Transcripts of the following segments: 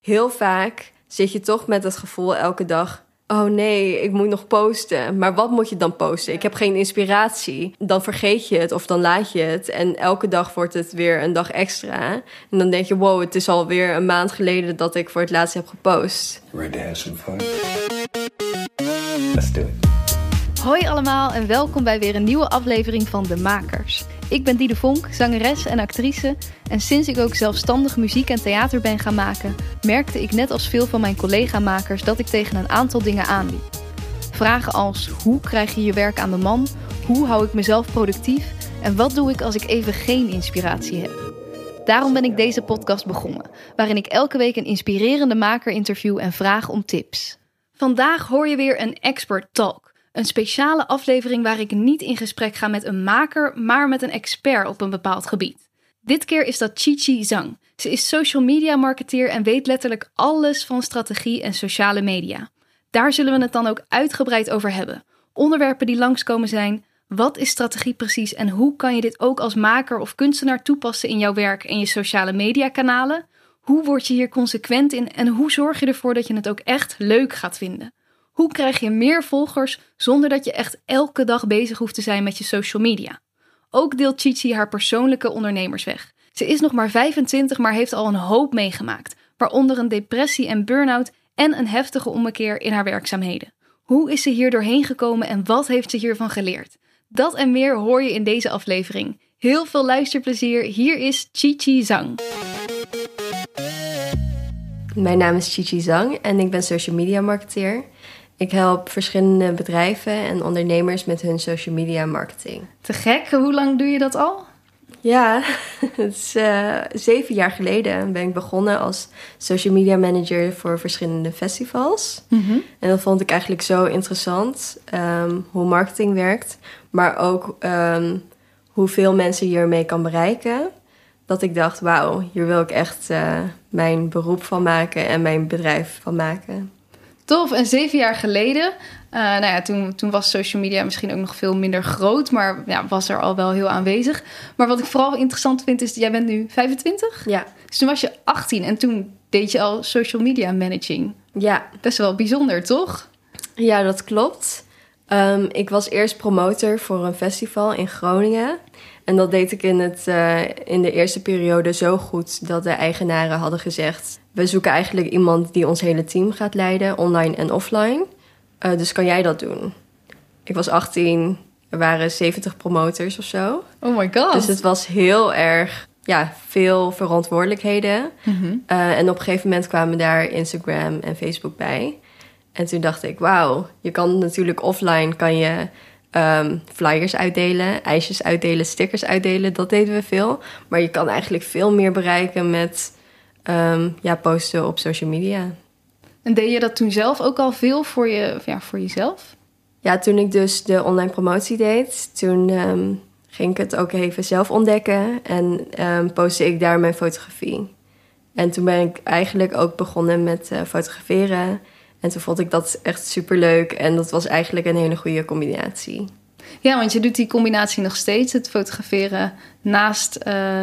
Heel vaak zit je toch met het gevoel elke dag... oh nee, ik moet nog posten. Maar wat moet je dan posten? Ik heb geen inspiratie. Dan vergeet je het of dan laat je het. En elke dag wordt het weer een dag extra. En dan denk je, wow, het is alweer een maand geleden... dat ik voor het laatst heb gepost. Ready to have some fun? Let's do it. Hoi allemaal en welkom bij weer een nieuwe aflevering van De Makers. Ik ben Diede Vonk, zangeres en actrice. En sinds ik ook zelfstandig muziek en theater ben gaan maken... merkte ik net als veel van mijn collega-makers dat ik tegen een aantal dingen aanliep. Vragen als, hoe krijg je je werk aan de man? Hoe hou ik mezelf productief? En wat doe ik als ik even geen inspiratie heb? Daarom ben ik deze podcast begonnen, waarin ik elke week een inspirerende maker interview en vraag om tips. Vandaag hoor je weer een Expert Talk. Een speciale aflevering waar ik niet in gesprek ga met een maker, maar met een expert op een bepaald gebied. Dit keer is dat Qiqi Zhang. Ze is social media marketeer en weet letterlijk alles van strategie en sociale media. Daar zullen we het dan ook uitgebreid over hebben. Onderwerpen die langskomen zijn, wat is strategie precies en hoe kan je dit ook als maker of kunstenaar toepassen in jouw werk en je sociale media kanalen? Hoe word je hier consequent in en hoe zorg je ervoor dat je het ook echt leuk gaat vinden? Hoe krijg je meer volgers zonder dat je echt elke dag bezig hoeft te zijn met je social media? Ook deelt Qiqi haar persoonlijke ondernemersweg. Ze is nog maar 25, maar heeft al een hoop meegemaakt. Waaronder een depressie en burn-out en een heftige ommekeer in haar werkzaamheden. Hoe is ze hier doorheen gekomen en wat heeft ze hiervan geleerd? Dat en meer hoor je in deze aflevering. Heel veel luisterplezier. Hier is Qiqi Zhang. Mijn naam is Qiqi Zhang en ik ben social media marketeer. Ik help verschillende bedrijven en ondernemers met hun social media marketing. Te gek, hoe lang doe je dat al? Ja, het is 7 jaar geleden ben ik begonnen als social media manager voor verschillende festivals. Mm-hmm. En dat vond ik eigenlijk zo interessant, hoe marketing werkt. Maar ook hoeveel mensen je ermee kan bereiken. Dat ik dacht, wauw, hier wil ik echt mijn beroep van maken en mijn bedrijf van maken. Tof, en 7 jaar geleden, toen was social media misschien ook nog veel minder groot, maar ja, was er al wel heel aanwezig. Maar wat ik vooral interessant vind is, jij bent nu 25? Ja. Dus toen was je 18 en toen deed je al social media managing. Ja. Best wel bijzonder, toch? Ja, dat klopt. Ik was eerst promotor voor een festival in Groningen. En dat deed ik in de eerste periode zo goed dat de eigenaren hadden gezegd, we zoeken eigenlijk iemand die ons hele team gaat leiden, online en offline. Dus kan jij dat doen? Ik was 18, er waren 70 promotors of zo. Oh my god. Dus het was heel erg, veel verantwoordelijkheden. Mm-hmm. En op een gegeven moment kwamen daar Instagram en Facebook bij. En toen dacht ik, wauw, je kan natuurlijk offline, kan je flyers uitdelen, ijsjes uitdelen, stickers uitdelen. Dat deden we veel. Maar je kan eigenlijk veel meer bereiken met posten op social media. En deed je dat toen zelf ook al veel voor jezelf? Ja, toen ik dus de online promotie deed, toen ging ik het ook even zelf ontdekken en postte ik daar mijn fotografie. En toen ben ik eigenlijk ook begonnen met fotograferen. En toen vond ik dat echt superleuk en dat was eigenlijk een hele goede combinatie. Ja, want je doet die combinatie nog steeds, het fotograferen naast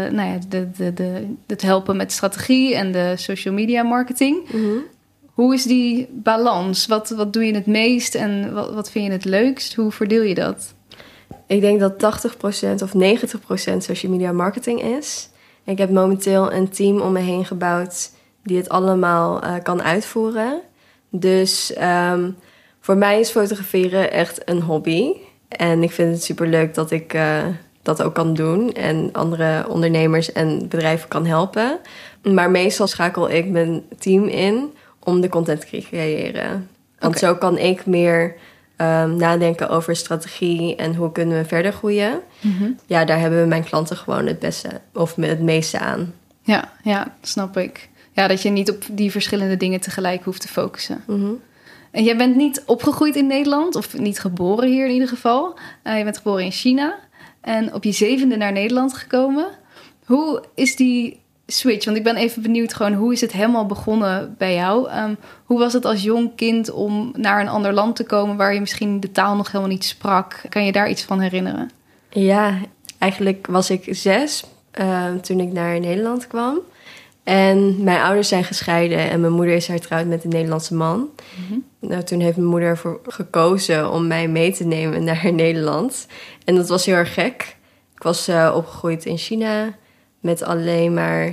het helpen met strategie en de social media marketing. Mm-hmm. Hoe is die balans? Wat doe je het meest en wat vind je het leukst? Hoe verdeel je dat? Ik denk dat 80% of 90% social media marketing is. Ik heb momenteel een team om me heen gebouwd die het allemaal kan uitvoeren. Dus voor mij is fotograferen echt een hobby. En ik vind het superleuk dat ik dat ook kan doen. En andere ondernemers en bedrijven kan helpen. Maar meestal schakel ik mijn team in om de content te creëren. Want Zo kan ik meer nadenken over strategie en hoe kunnen we verder groeien. Mm-hmm. Ja, daar hebben mijn klanten gewoon het beste of het meeste aan. Ja, snap ik. Ja, dat je niet op die verschillende dingen tegelijk hoeft te focussen. Mm-hmm. En jij bent niet opgegroeid in Nederland, of niet geboren hier in ieder geval. Je bent geboren in China en op je 7e naar Nederland gekomen. Hoe is die switch? Want ik ben even benieuwd gewoon, hoe is het helemaal begonnen bij jou? Hoe was het als jong kind om naar een ander land te komen waar je misschien de taal nog helemaal niet sprak? Kan je daar iets van herinneren? Ja, eigenlijk was ik 6 toen ik naar Nederland kwam. En mijn ouders zijn gescheiden en mijn moeder is hertrouwd met een Nederlandse man. Mm-hmm. Nou, toen heeft mijn moeder ervoor gekozen om mij mee te nemen naar Nederland. En dat was heel erg gek. Ik was opgegroeid in China met alleen maar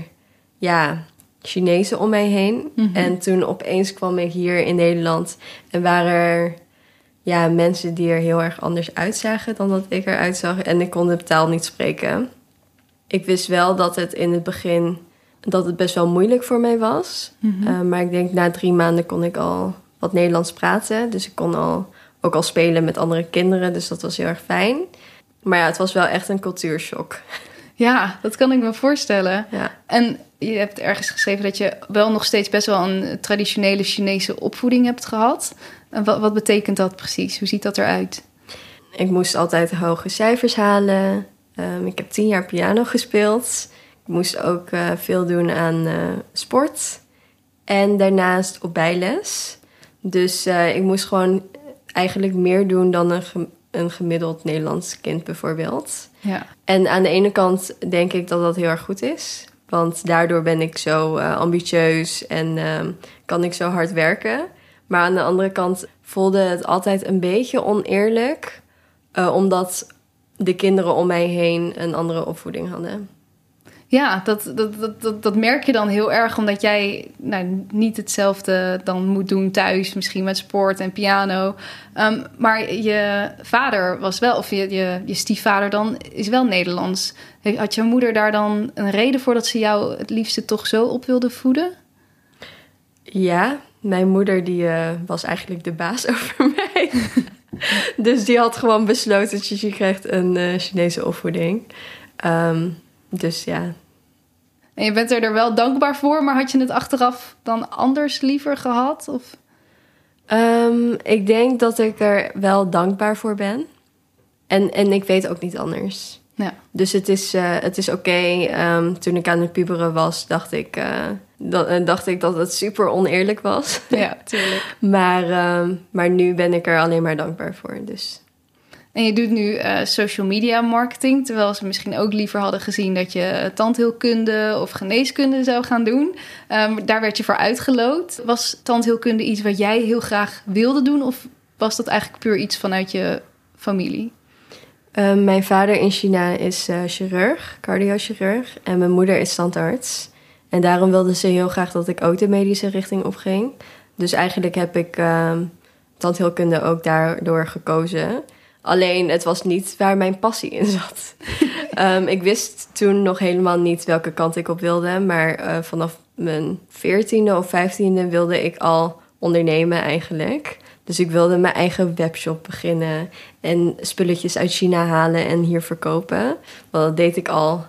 Chinezen om mij heen. Mm-hmm. En toen opeens kwam ik hier in Nederland en waren er mensen die er heel erg anders uitzagen dan dat ik eruit zag. En ik kon de taal niet spreken. Ik wist wel dat het in het begin dat het best wel moeilijk voor mij was. Mm-hmm. Maar ik denk na 3 maanden kon ik al wat Nederlands praten. Dus ik kon ook al spelen met andere kinderen. Dus dat was heel erg fijn. Maar ja, het was wel echt een cultuurshock. Ja, dat kan ik me voorstellen. Ja. En je hebt ergens geschreven dat je wel nog steeds best wel een traditionele Chinese opvoeding hebt gehad. En wat betekent dat precies? Hoe ziet dat eruit? Ik moest altijd hoge cijfers halen. Ik heb 10 jaar piano gespeeld. Ik moest ook veel doen aan sport. En daarnaast op bijles. Dus ik moest gewoon eigenlijk meer doen dan een gemiddeld Nederlands kind bijvoorbeeld. Ja. En aan de ene kant denk ik dat dat heel erg goed is. Want daardoor ben ik zo ambitieus en kan ik zo hard werken. Maar aan de andere kant voelde het altijd een beetje oneerlijk. Omdat de kinderen om mij heen een andere opvoeding hadden. Ja, dat merk je dan heel erg, omdat jij niet hetzelfde dan moet doen thuis, misschien met sport en piano. Maar je vader was wel, of je stiefvader dan, is wel Nederlands. Had je moeder daar dan een reden voor dat ze jou het liefste toch zo op wilde voeden? Ja, mijn moeder die was eigenlijk de baas over mij. Dus die had gewoon besloten dat je krijgt een Chinese opvoeding. Dus ja. En je bent er wel dankbaar voor, maar had je het achteraf dan anders liever gehad? Of? Ik denk dat ik er wel dankbaar voor ben. En ik weet ook niet anders. Ja. Dus het is oké. Toen ik aan het puberen was, dacht ik dat het super oneerlijk was. Ja, tuurlijk. Maar nu ben ik er alleen maar dankbaar voor. Dus. En je doet nu social media marketing, terwijl ze misschien ook liever hadden gezien dat je tandheelkunde of geneeskunde zou gaan doen. Daar werd je voor uitgeloot. Was tandheelkunde iets wat jij heel graag wilde doen, of was dat eigenlijk puur iets vanuit je familie? Mijn vader in China is chirurg, cardiochirurg, en mijn moeder is tandarts. En daarom wilde ze heel graag dat ik ook de medische richting opging. Dus eigenlijk heb ik tandheelkunde ook daardoor gekozen. Alleen, het was niet waar mijn passie in zat. Ik wist toen nog helemaal niet welke kant ik op wilde. Maar vanaf mijn 14e of 15e wilde ik al ondernemen eigenlijk. Dus ik wilde mijn eigen webshop beginnen. En spulletjes uit China halen en hier verkopen. Want dat deed ik al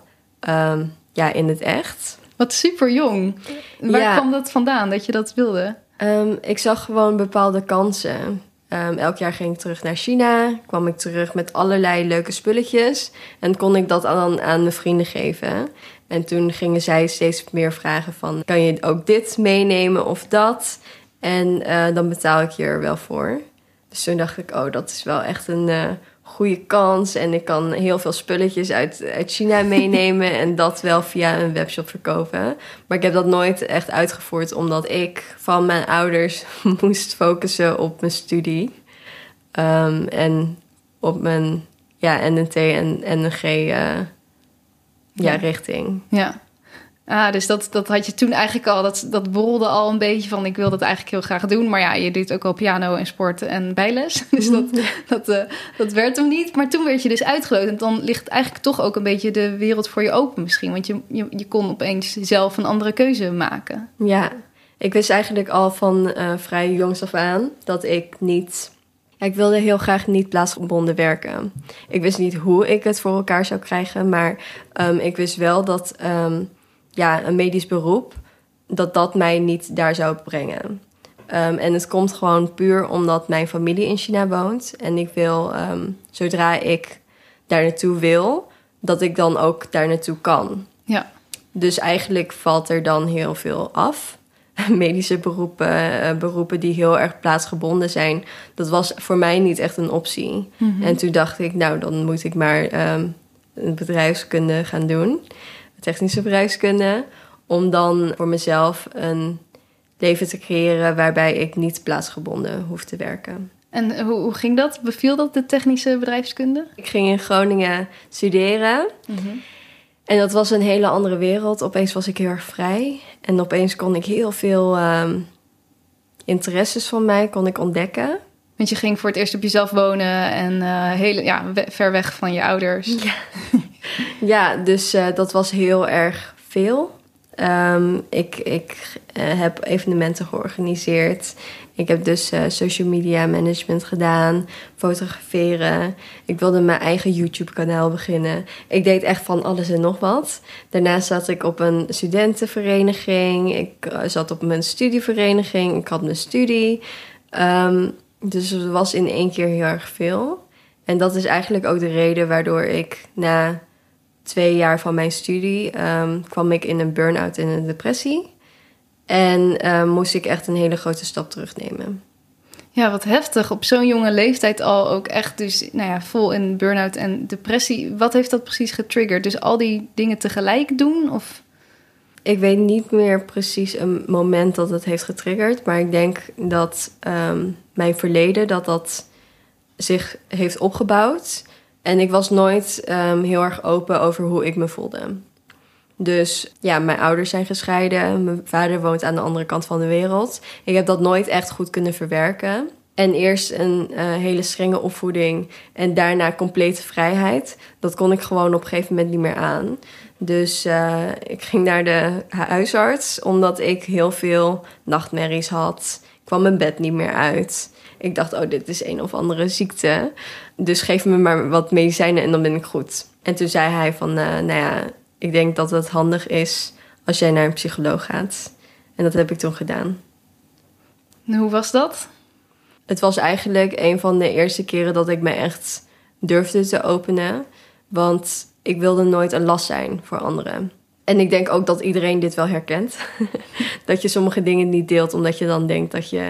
in het echt. Wat super jong. Waar kwam dat vandaan, dat je dat wilde? Ik zag gewoon bepaalde kansen. Elk jaar ging ik terug naar China. Kwam ik terug met allerlei leuke spulletjes. En kon ik dat dan aan mijn vrienden geven. En toen gingen zij steeds meer vragen van, kan je ook dit meenemen of dat? En dan betaal ik je er wel voor. Dus toen dacht ik, dat is wel echt een goede kans. En ik kan heel veel spulletjes uit China meenemen en dat wel via een webshop verkopen. Maar ik heb dat nooit echt uitgevoerd, omdat ik van mijn ouders moest focussen op mijn studie. En op mijn NNT en NG richting. Ja. Dus dat had je toen eigenlijk al, dat borrelde al een beetje van, ik wil dat eigenlijk heel graag doen. Maar ja, je doet ook al piano en sport en bijles. Dus dat werd hem niet. Maar toen werd je dus uitgeloot. En dan ligt eigenlijk toch ook een beetje de wereld voor je open misschien. Want je kon opeens zelf een andere keuze maken. Ja, ik wist eigenlijk al van vrij jongs af aan dat ik niet... ik wilde heel graag niet plaatsgebonden werken. Ik wist niet hoe ik het voor elkaar zou krijgen. Maar ik wist wel dat... een medisch beroep, dat mij niet daar zou brengen. En het komt gewoon puur omdat mijn familie in China woont. En ik wil, zodra ik daar naartoe wil, dat ik dan ook daar naartoe kan. Ja. Dus eigenlijk valt er dan heel veel af. Medische beroepen die heel erg plaatsgebonden zijn. Dat was voor mij niet echt een optie. Mm-hmm. En toen dacht ik, dan moet ik maar bedrijfskunde gaan doen. Technische bedrijfskunde. Om dan voor mezelf een leven te creëren waarbij ik niet plaatsgebonden hoef te werken. En hoe ging dat? Beviel dat, de technische bedrijfskunde? Ik ging in Groningen studeren. Mm-hmm. En dat was een hele andere wereld. Opeens was ik heel erg vrij. En opeens kon ik heel veel interesses van mij kon ik ontdekken. Want je ging voor het eerst op jezelf wonen en ver weg van je ouders. Ja, ja, dus dat was heel erg veel. Ik heb evenementen georganiseerd. Ik heb dus social media management gedaan, fotograferen. Ik wilde mijn eigen YouTube-kanaal beginnen. Ik deed echt van alles en nog wat. Daarnaast zat ik op een studentenvereniging. Ik zat op mijn studievereniging. Ik had mijn studie. Dus het was in 1 keer heel erg veel. En dat is eigenlijk ook de reden waardoor ik na 2 jaar van mijn studie kwam ik in een burn-out en een depressie. En moest ik echt een hele grote stap terugnemen. Ja, wat heftig. Op zo'n jonge leeftijd al ook echt dus, vol in burn-out en depressie. Wat heeft dat precies getriggerd? Dus al die dingen tegelijk doen? Of? Ik weet niet meer precies een moment dat het heeft getriggerd. Maar ik denk dat mijn verleden dat zich heeft opgebouwd. En ik was nooit heel erg open over hoe ik me voelde. Dus ja, mijn ouders zijn gescheiden. Mijn vader woont aan de andere kant van de wereld. Ik heb dat nooit echt goed kunnen verwerken. En eerst een hele strenge opvoeding en daarna complete vrijheid. Dat kon ik gewoon op een gegeven moment niet meer aan. Dus ik ging naar de huisarts omdat ik heel veel nachtmerries had. Ik kwam mijn bed niet meer uit. Ik dacht, dit is een of andere ziekte. Dus geef me maar wat medicijnen en dan ben ik goed. En toen zei hij van, ik denk dat het handig is als jij naar een psycholoog gaat. En dat heb ik toen gedaan. En hoe was dat? Het was eigenlijk een van de eerste keren dat ik me echt durfde te openen. Want ik wilde nooit een last zijn voor anderen. En ik denk ook dat iedereen dit wel herkent. Dat je sommige dingen niet deelt omdat je dan denkt dat je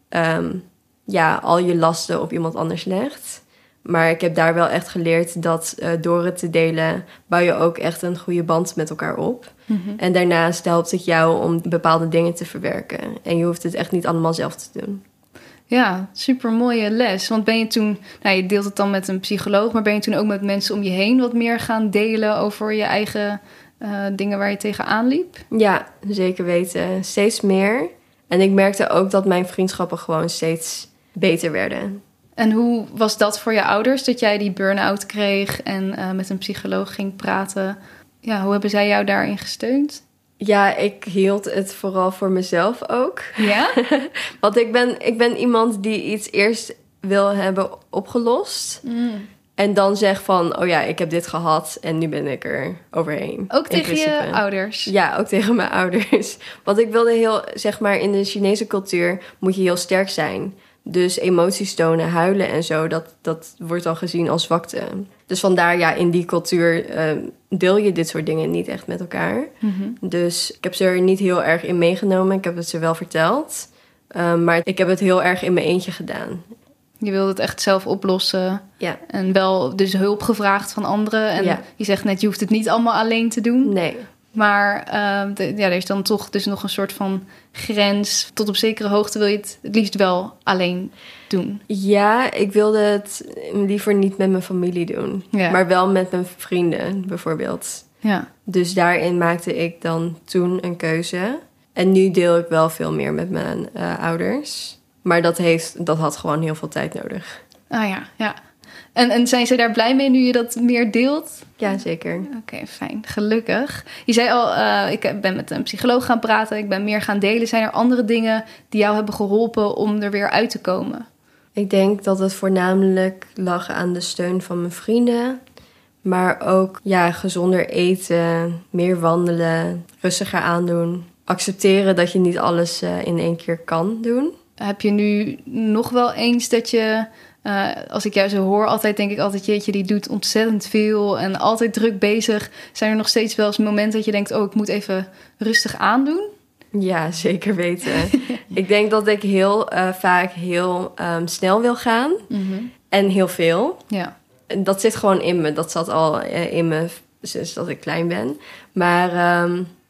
al je lasten op iemand anders legt. Maar ik heb daar wel echt geleerd dat door het te delen bouw je ook echt een goede band met elkaar op. Mm-hmm. En daarnaast helpt het jou om bepaalde dingen te verwerken. En je hoeft het echt niet allemaal zelf te doen. Ja, super mooie les. Want ben je toen, je deelt het dan met een psycholoog, maar ben je toen ook met mensen om je heen wat meer gaan delen over je eigen dingen waar je tegenaan liep? Ja, zeker weten. Steeds meer. En ik merkte ook dat mijn vriendschappen gewoon steeds beter werden. En hoe was dat voor je ouders, dat jij die burn-out kreeg en met een psycholoog ging praten? Ja, hoe hebben zij jou daarin gesteund? Ja, ik hield het vooral voor mezelf ook. Ja? Want ik ben iemand die iets eerst wil hebben opgelost. Mm. En dan zegt van, ik heb dit gehad en nu ben ik er overheen. Ook tegen je ouders? Ja, ook tegen mijn ouders. Want ik wilde heel, in de Chinese cultuur moet je heel sterk zijn. Dus emoties tonen, huilen en zo, dat wordt dan gezien als zwakte. Dus vandaar, in die cultuur deel je dit soort dingen niet echt met elkaar. Mm-hmm. Dus ik heb ze er niet heel erg in meegenomen. Ik heb het ze wel verteld. Maar ik heb het heel erg in mijn eentje gedaan. Je wilde het echt zelf oplossen. Ja. En wel dus hulp gevraagd van anderen. En je zegt net, je hoeft het niet allemaal alleen te doen. Nee. Maar er is dan toch dus nog een soort van grens. Tot op zekere hoogte wil je het liefst wel alleen doen. Ja, ik wilde het liever niet met mijn familie doen. Ja. Maar wel met mijn vrienden bijvoorbeeld. Ja. Dus daarin maakte ik dan toen een keuze. En nu deel ik wel veel meer met mijn ouders. Maar dat had gewoon heel veel tijd nodig. Ah ja. En zijn ze daar blij mee nu je dat meer deelt? Ja, zeker. Oké, fijn. Gelukkig. Je zei al, ik ben met een psycholoog gaan praten. Ik ben meer gaan delen. Zijn er andere dingen die jou hebben geholpen om er weer uit te komen? Ik denk dat het voornamelijk lag aan de steun van mijn vrienden. Maar ook gezonder eten, meer wandelen, rustiger aandoen. Accepteren dat je niet alles in 1 keer kan doen. Heb je nu nog wel eens dat je... als ik jou zo hoor, denk ik altijd... jeetje, die doet ontzettend veel en altijd druk bezig. Zijn er nog steeds wel eens momenten dat je denkt... ik moet even rustig aandoen? Ja, zeker weten. Ik denk dat ik heel vaak heel snel wil gaan. Mm-hmm. En heel veel. Ja. Dat zit gewoon in me. Dat zat al in me sinds dat ik klein ben. Maar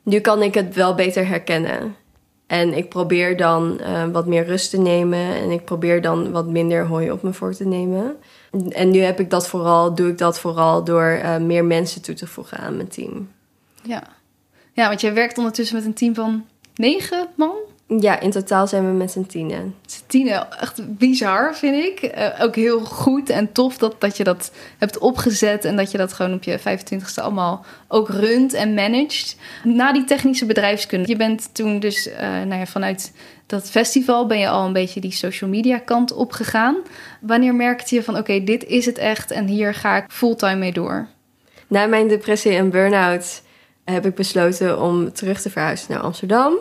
Nu kan ik het wel beter herkennen. En ik probeer dan wat meer rust te nemen. En ik probeer dan wat minder hooi op me voor te nemen. En nu doe ik dat vooral door meer mensen toe te voegen aan mijn team. Ja, want jij werkt ondertussen met een team van 9 man? Ja, in totaal zijn we met z'n 10. Z'n 10, echt bizar, vind ik. Ook heel goed en tof dat je dat hebt opgezet... en dat je dat gewoon op je 25e allemaal ook runt en managt. Na die technische bedrijfskunde. Je bent toen dus vanuit dat festival... ben je al een beetje die social media kant opgegaan. Wanneer merkte je van oké, dit is het echt... en hier ga ik fulltime mee door? Na mijn depressie en burn-out heb ik besloten om terug te verhuizen naar Amsterdam.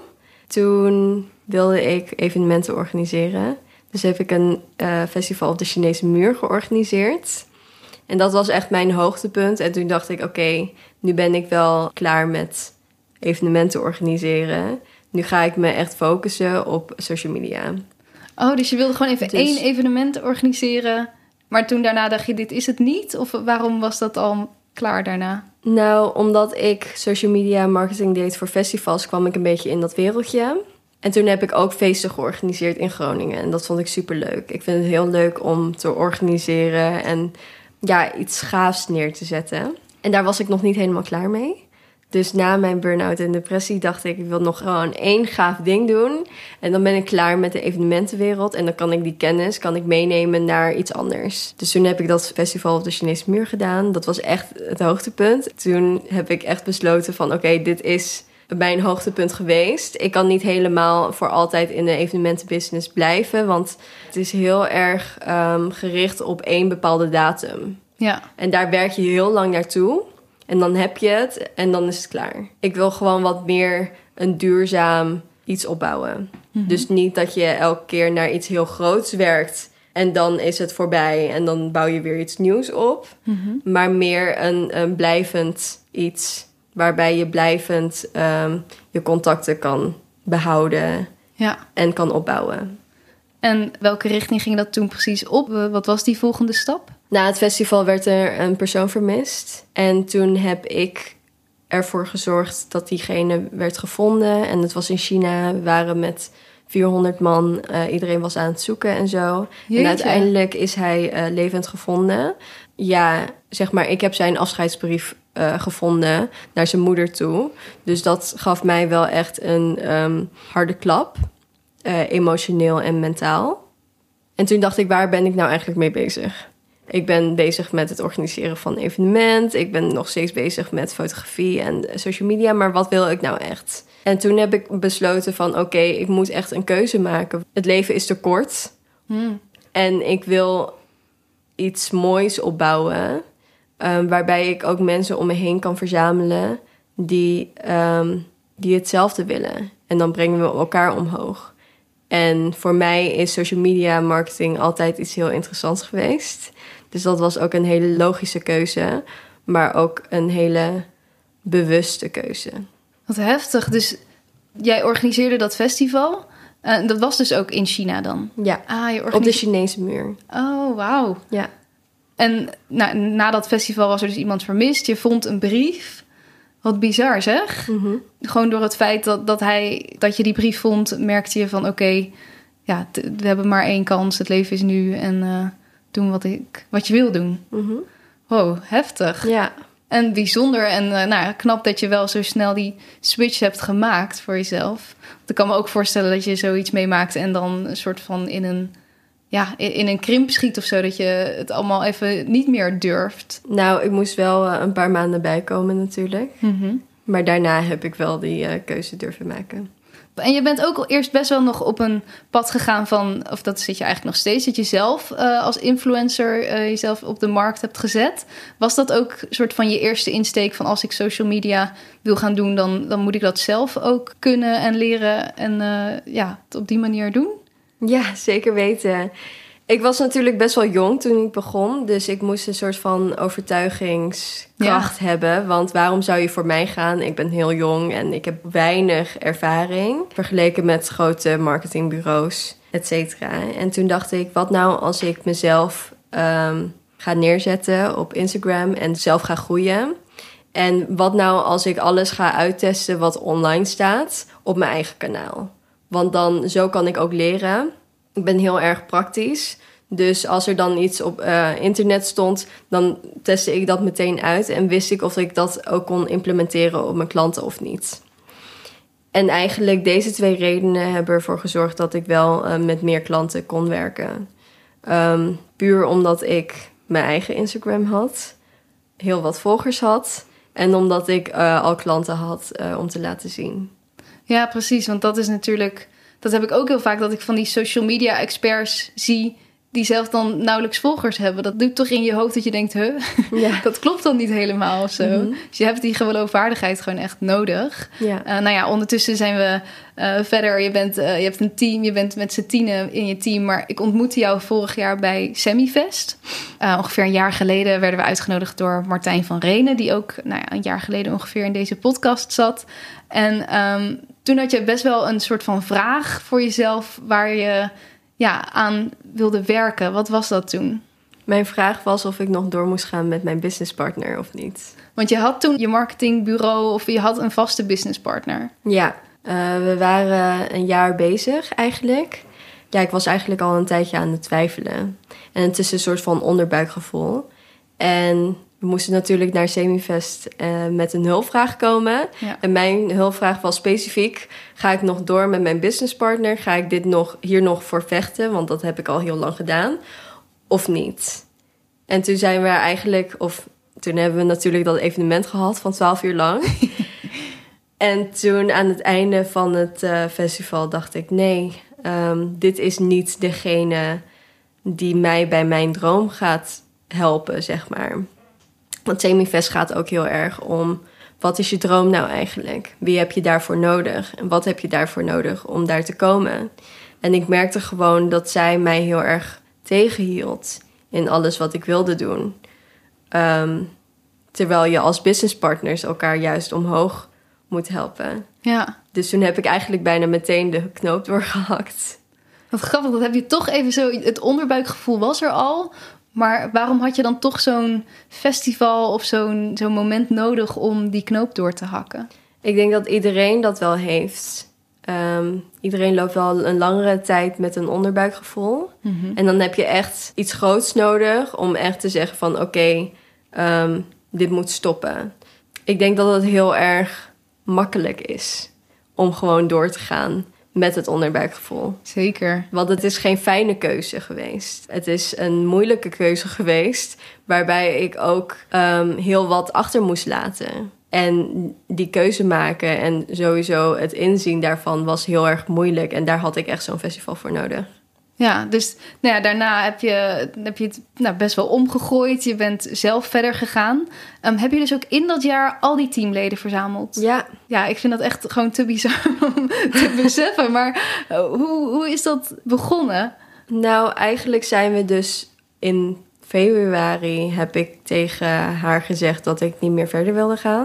Toen wilde ik evenementen organiseren. Dus heb ik een festival op de Chinese Muur georganiseerd. En dat was echt mijn hoogtepunt. En toen dacht ik, oké, nu ben ik wel klaar met evenementen organiseren. Nu ga ik me echt focussen op social media. Oh, dus je wilde gewoon even 1 evenement organiseren... maar toen daarna dacht je, dit is het niet? Of waarom was dat al klaar daarna? Nou, omdat ik social media marketing deed voor festivals... kwam ik een beetje in dat wereldje. En toen heb ik ook feesten georganiseerd in Groningen. En dat vond ik superleuk. Ik vind het heel leuk om te organiseren... en ja, iets gaafs neer te zetten. En daar was ik nog niet helemaal klaar mee. Dus na mijn burn-out en depressie dacht ik... ik wil nog gewoon 1 gaaf ding doen. En dan ben ik klaar met de evenementenwereld. En dan kan ik die kennis meenemen naar iets anders. Dus toen heb ik dat festival op de Chinese Muur gedaan. Dat was echt het hoogtepunt. Toen heb ik echt besloten van oké, dit is mijn hoogtepunt geweest. Ik kan niet helemaal voor altijd in de evenementenbusiness blijven. Want het is heel erg gericht op 1 bepaalde datum. Ja. En daar werk je heel lang naartoe... En dan heb je het en dan is het klaar. Ik wil gewoon wat meer een duurzaam iets opbouwen. Mm-hmm. Dus niet dat je elke keer naar iets heel groots werkt... en dan is het voorbij en dan bouw je weer iets nieuws op. Mm-hmm. Maar meer een blijvend iets... waarbij je blijvend je contacten kan behouden en kan opbouwen. En welke richting ging dat toen precies op? Wat was die volgende stap? Na het festival werd er een persoon vermist. En toen heb ik ervoor gezorgd dat diegene werd gevonden. En het was in China. We waren met 400 man. Iedereen was aan het zoeken en zo. Jeetje. En uiteindelijk is hij levend gevonden. Ja, zeg maar, ik heb zijn afscheidsbrief gevonden naar zijn moeder toe. Dus dat gaf mij wel echt een harde klap. Emotioneel en mentaal. En toen dacht ik, waar ben ik nou eigenlijk mee bezig? Ik ben bezig met het organiseren van een evenement. Ik ben nog steeds bezig met fotografie en social media. Maar wat wil ik nou echt? En toen heb ik besloten van oké, ik moet echt een keuze maken. Het leven is te kort. En ik wil iets moois opbouwen. Waarbij ik ook mensen om me heen kan verzamelen die hetzelfde willen. En dan brengen we elkaar omhoog. En voor mij is social media marketing altijd iets heel interessants geweest. Dus dat was ook een hele logische keuze, maar ook een hele bewuste keuze. Wat heftig. Dus jij organiseerde dat festival. Dat was dus ook in China dan? Ja, op de Chinese Muur. Oh, wauw. Ja. En na dat festival was er dus iemand vermist. Je vond een brief. Wat bizar, zeg. Mm-hmm. Gewoon door het feit dat je die brief vond, merkte je van oké, we hebben maar 1 kans. Het leven is nu en doen wat je wil doen. Mm-hmm. Wow, heftig. Ja. En bijzonder en knap dat je wel zo snel die switch hebt gemaakt voor jezelf. Want ik kan me ook voorstellen dat je zoiets meemaakt en dan een soort van in een krimp schiet of zo, dat je het allemaal even niet meer durft. Nou, ik moest wel een paar maanden bijkomen natuurlijk. Mm-hmm. Maar daarna heb ik wel die keuze durven maken. En je bent ook al eerst best wel nog op een pad gegaan van, of dat zit je eigenlijk nog steeds, dat je zelf als influencer jezelf op de markt hebt gezet. Was dat ook een soort van je eerste insteek van als ik social media wil gaan doen, dan moet ik dat zelf ook kunnen en leren en het op die manier doen? Ja, zeker weten. Ik was natuurlijk best wel jong toen ik begon. Dus ik moest een soort van overtuigingskracht hebben. Want waarom zou je voor mij gaan? Ik ben heel jong en ik heb weinig ervaring. Vergeleken met grote marketingbureaus, et cetera. En toen dacht ik, wat nou als ik mezelf ga neerzetten op Instagram en zelf ga groeien. En wat nou als ik alles ga uittesten wat online staat op mijn eigen kanaal? Want dan zo kan ik ook leren. Ik ben heel erg praktisch. Dus als er dan iets op internet stond, dan testte ik dat meteen uit. En wist ik of ik dat ook kon implementeren op mijn klanten of niet. En eigenlijk deze 2 redenen hebben ervoor gezorgd dat ik wel met meer klanten kon werken. Puur omdat ik mijn eigen Instagram had. Heel wat volgers had. En omdat ik al klanten had om te laten zien. Ja, precies. Want dat is natuurlijk... Dat heb ik ook heel vaak, dat ik van die social media experts zie die zelf dan nauwelijks volgers hebben. Dat doet toch in je hoofd dat je denkt, Ja. dat klopt dan niet helemaal of zo. Mm-hmm. Dus je hebt die geloofwaardigheid gewoon echt nodig. Ja. Ondertussen zijn we verder. Je hebt een team, je bent met z'n 10 in je team. Maar ik ontmoette jou vorig jaar bij Semifest. Ongeveer een jaar geleden werden we uitgenodigd door Martijn van Renen, die ook een jaar geleden ongeveer in deze podcast zat. En toen had je best wel een soort van vraag voor jezelf waar je aan wilde werken. Wat was dat toen? Mijn vraag was of ik nog door moest gaan met mijn businesspartner of niet. Want je had toen je marketingbureau of je had een vaste businesspartner. Ja, we waren een jaar bezig eigenlijk. Ja, ik was eigenlijk al een tijdje aan het twijfelen. En het is een soort van onderbuikgevoel. En we moesten natuurlijk naar Semifest met een hulpvraag komen. Ja. En mijn hulpvraag was specifiek: ga ik nog door met mijn businesspartner? Ga ik hier nog voor vechten? Want dat heb ik al heel lang gedaan. Of niet? En toen zijn we eigenlijk... Toen hebben we natuurlijk dat evenement gehad van 12 uur lang. En toen aan het einde van het festival dacht ik... nee, dit is niet degene die mij bij mijn droom gaat helpen, zeg maar. Want Semifest gaat ook heel erg om... wat is je droom nou eigenlijk? Wie heb je daarvoor nodig? En wat heb je daarvoor nodig om daar te komen? En ik merkte gewoon dat zij mij heel erg tegenhield... in alles wat ik wilde doen. Terwijl je als businesspartners elkaar juist omhoog moet helpen. Ja. Dus toen heb ik eigenlijk bijna meteen de knoop doorgehakt. Wat grappig, dat heb je toch even zo... Het onderbuikgevoel was er al... Maar waarom had je dan toch zo'n festival of zo'n moment nodig om die knoop door te hakken? Ik denk dat iedereen dat wel heeft. Iedereen loopt wel een langere tijd met een onderbuikgevoel. Mm-hmm. En dan heb je echt iets groots nodig om echt te zeggen van oké, dit moet stoppen. Ik denk dat het heel erg makkelijk is om gewoon door te gaan met het onderbuikgevoel. Zeker. Want het is geen fijne keuze geweest. Het is een moeilijke keuze geweest... waarbij ik ook heel wat achter moest laten. En die keuze maken en sowieso het inzien daarvan was heel erg moeilijk. En daar had ik echt zo'n festival voor nodig. Ja, dus daarna heb je het best wel omgegooid. Je bent zelf verder gegaan. Heb je dus ook in dat jaar al die teamleden verzameld? Ja. Ja, ik vind dat echt gewoon te bizar om te beseffen. Maar hoe is dat begonnen? Nou, eigenlijk zijn we dus in februari... heb ik tegen haar gezegd dat ik niet meer verder wilde gaan.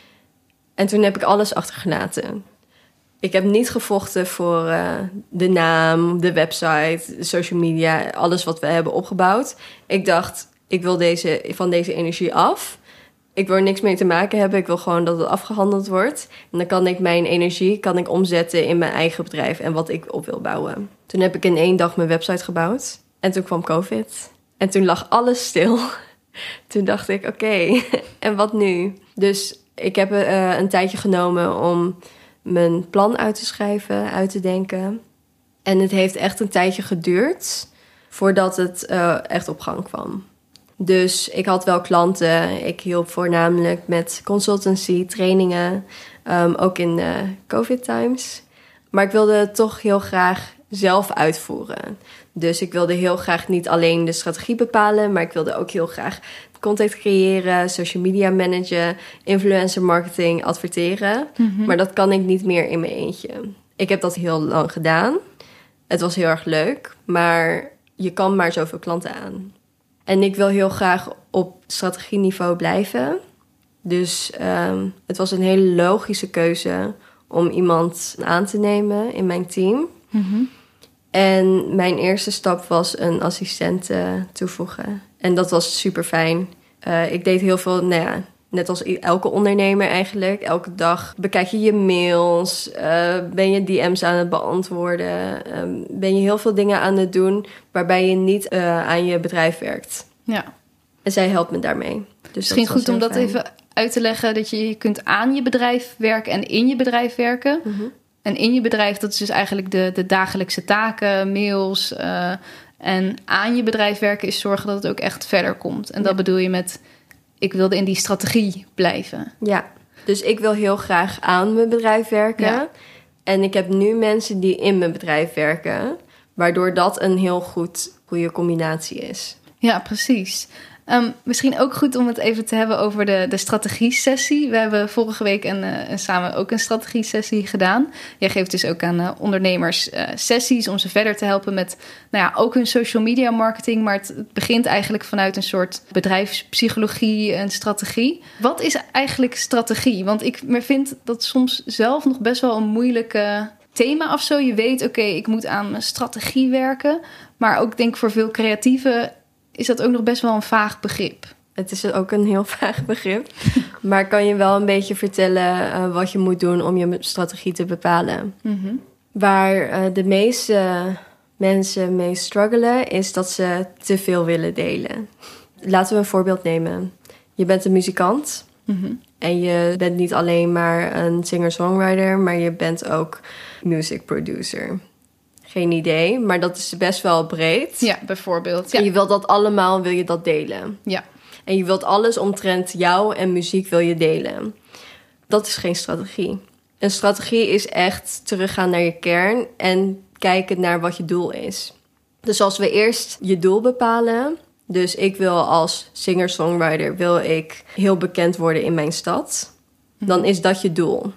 En toen heb ik alles achtergelaten. Ik heb niet gevochten voor de naam, de website, de social media, alles wat we hebben opgebouwd. Ik dacht, ik wil van deze energie af. Ik wil er niks mee te maken hebben. Ik wil gewoon dat het afgehandeld wordt. En dan kan ik mijn energie omzetten in mijn eigen bedrijf en wat ik op wil bouwen. Toen heb ik in 1 dag mijn website gebouwd. En toen kwam COVID. En toen lag alles stil. Toen dacht ik, oké, en wat nu? Dus ik heb een tijdje genomen om mijn plan uit te schrijven, uit te denken. En het heeft echt een tijdje geduurd voordat het echt op gang kwam. Dus ik had wel klanten. Ik hielp voornamelijk met consultancy, trainingen. Ook in COVID times. Maar ik wilde het toch heel graag zelf uitvoeren. Dus ik wilde heel graag niet alleen de strategie bepalen, maar ik wilde ook heel graag content creëren, social media managen, influencer marketing, adverteren. Mm-hmm. Maar dat kan ik niet meer in mijn eentje. Ik heb dat heel lang gedaan. Het was heel erg leuk, maar je kan maar zoveel klanten aan. En ik wil heel graag op strategieniveau blijven. Dus het was een hele logische keuze om iemand aan te nemen in mijn team. Mm-hmm. En mijn eerste stap was een assistent toevoegen. En dat was super fijn. Ik deed heel veel Net als elke ondernemer eigenlijk. Elke dag bekijk je je mails, ben je DM's aan het beantwoorden. Ben je heel veel dingen aan het doen waarbij je niet aan je bedrijf werkt. Ja. En zij helpt me daarmee. Dus misschien goed om dat even uit te leggen. Dat je kunt aan je bedrijf werken en in je bedrijf werken. Mm-hmm. En in je bedrijf, dat is dus eigenlijk de dagelijkse taken, mails. En aan je bedrijf werken is zorgen dat het ook echt verder komt. En dat bedoel je met, ik wilde in die strategie blijven. Ja, dus ik wil heel graag aan mijn bedrijf werken. Ja. En ik heb nu mensen die in mijn bedrijf werken. Waardoor dat een heel goede combinatie is. Ja, precies. Misschien ook goed om het even te hebben over de strategie-sessie. We hebben vorige week samen ook een strategie-sessie gedaan. Jij geeft dus ook aan ondernemers sessies om ze verder te helpen met ook hun social media marketing. Maar het begint eigenlijk vanuit een soort bedrijfspsychologie en strategie. Wat is eigenlijk strategie? Want ik vind dat soms zelf nog best wel een moeilijke thema of zo. Je weet, oké, ik moet aan mijn strategie werken. Maar ook denk voor veel creatieven is dat ook nog best wel een vaag begrip. Het is ook een heel vaag begrip. Maar kan je wel een beetje vertellen wat je moet doen om je strategie te bepalen? Mm-hmm. Waar de meeste mensen mee struggelen, is dat ze te veel willen delen. Laten we een voorbeeld nemen. Je bent een muzikant. Mm-hmm. En je bent niet alleen maar een singer-songwriter, maar je bent ook music producer. Geen idee, maar dat is best wel breed. Ja, bijvoorbeeld. Ja. En je wilt dat allemaal, wil je dat delen. Ja. En je wilt alles omtrent jou en muziek wil je delen. Dat is geen strategie. Een strategie is echt teruggaan naar je kern en kijken naar wat je doel is. Dus als we eerst je doel bepalen. Dus ik wil als singer-songwriter wil ik heel bekend worden in mijn stad. Dan is dat je doel.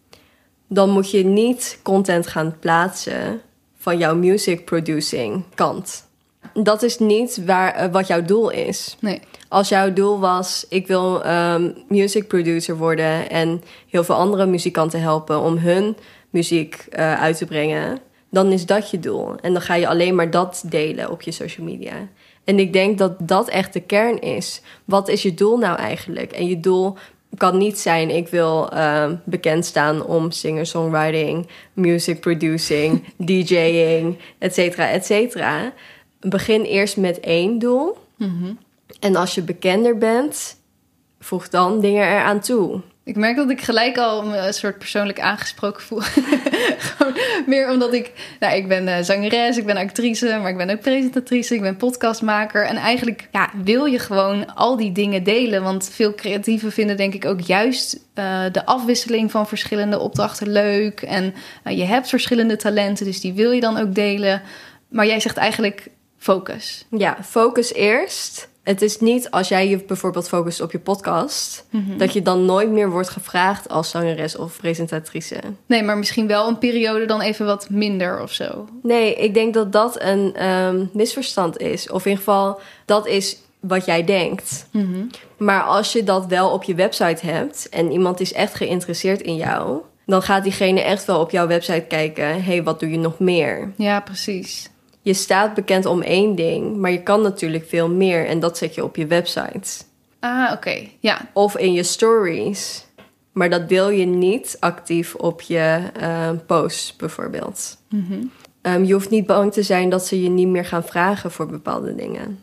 Dan moet je niet content gaan plaatsen van jouw music producing kant. Dat is niet wat jouw doel is. Nee. Als jouw doel was, ik wil music producer worden en heel veel andere muzikanten helpen om hun muziek uit te brengen, dan is dat je doel. En dan ga je alleen maar dat delen op je social media. En ik denk dat dat echt de kern is. Wat is je doel nou eigenlijk? En je doel kan niet zijn, ik wil bekend staan om singer-songwriting, music producing, DJing, et cetera, et cetera. Begin eerst met 1 doel. Mm-hmm. En als je bekender bent, voeg dan dingen eraan toe. Ik merk dat ik gelijk al me een soort persoonlijk aangesproken voel. Gewoon meer omdat ik ben zangeres, ik ben actrice, maar ik ben ook presentatrice, ik ben podcastmaker. En eigenlijk wil je gewoon al die dingen delen. Want veel creatieven vinden denk ik ook juist de afwisseling van verschillende opdrachten leuk. En je hebt verschillende talenten, dus die wil je dan ook delen. Maar jij zegt eigenlijk focus. Ja, focus eerst. Het is niet als jij je bijvoorbeeld focust op je podcast, mm-hmm, dat je dan nooit meer wordt gevraagd als zangeres of presentatrice. Nee, maar misschien wel een periode dan even wat minder of zo. Nee, ik denk dat dat een misverstand is. Of in ieder geval, dat is wat jij denkt. Mm-hmm. Maar als je dat wel op je website hebt en iemand is echt geïnteresseerd in jou, dan gaat diegene echt wel op jouw website kijken, hey, wat doe je nog meer? Ja, precies. Je staat bekend om 1 ding, maar je kan natuurlijk veel meer en dat zet je op je website. Ah, oké. Ja. Of in je stories. Maar dat deel je niet actief op je posts bijvoorbeeld. Mm-hmm. Je hoeft niet bang te zijn dat ze je niet meer gaan vragen voor bepaalde dingen.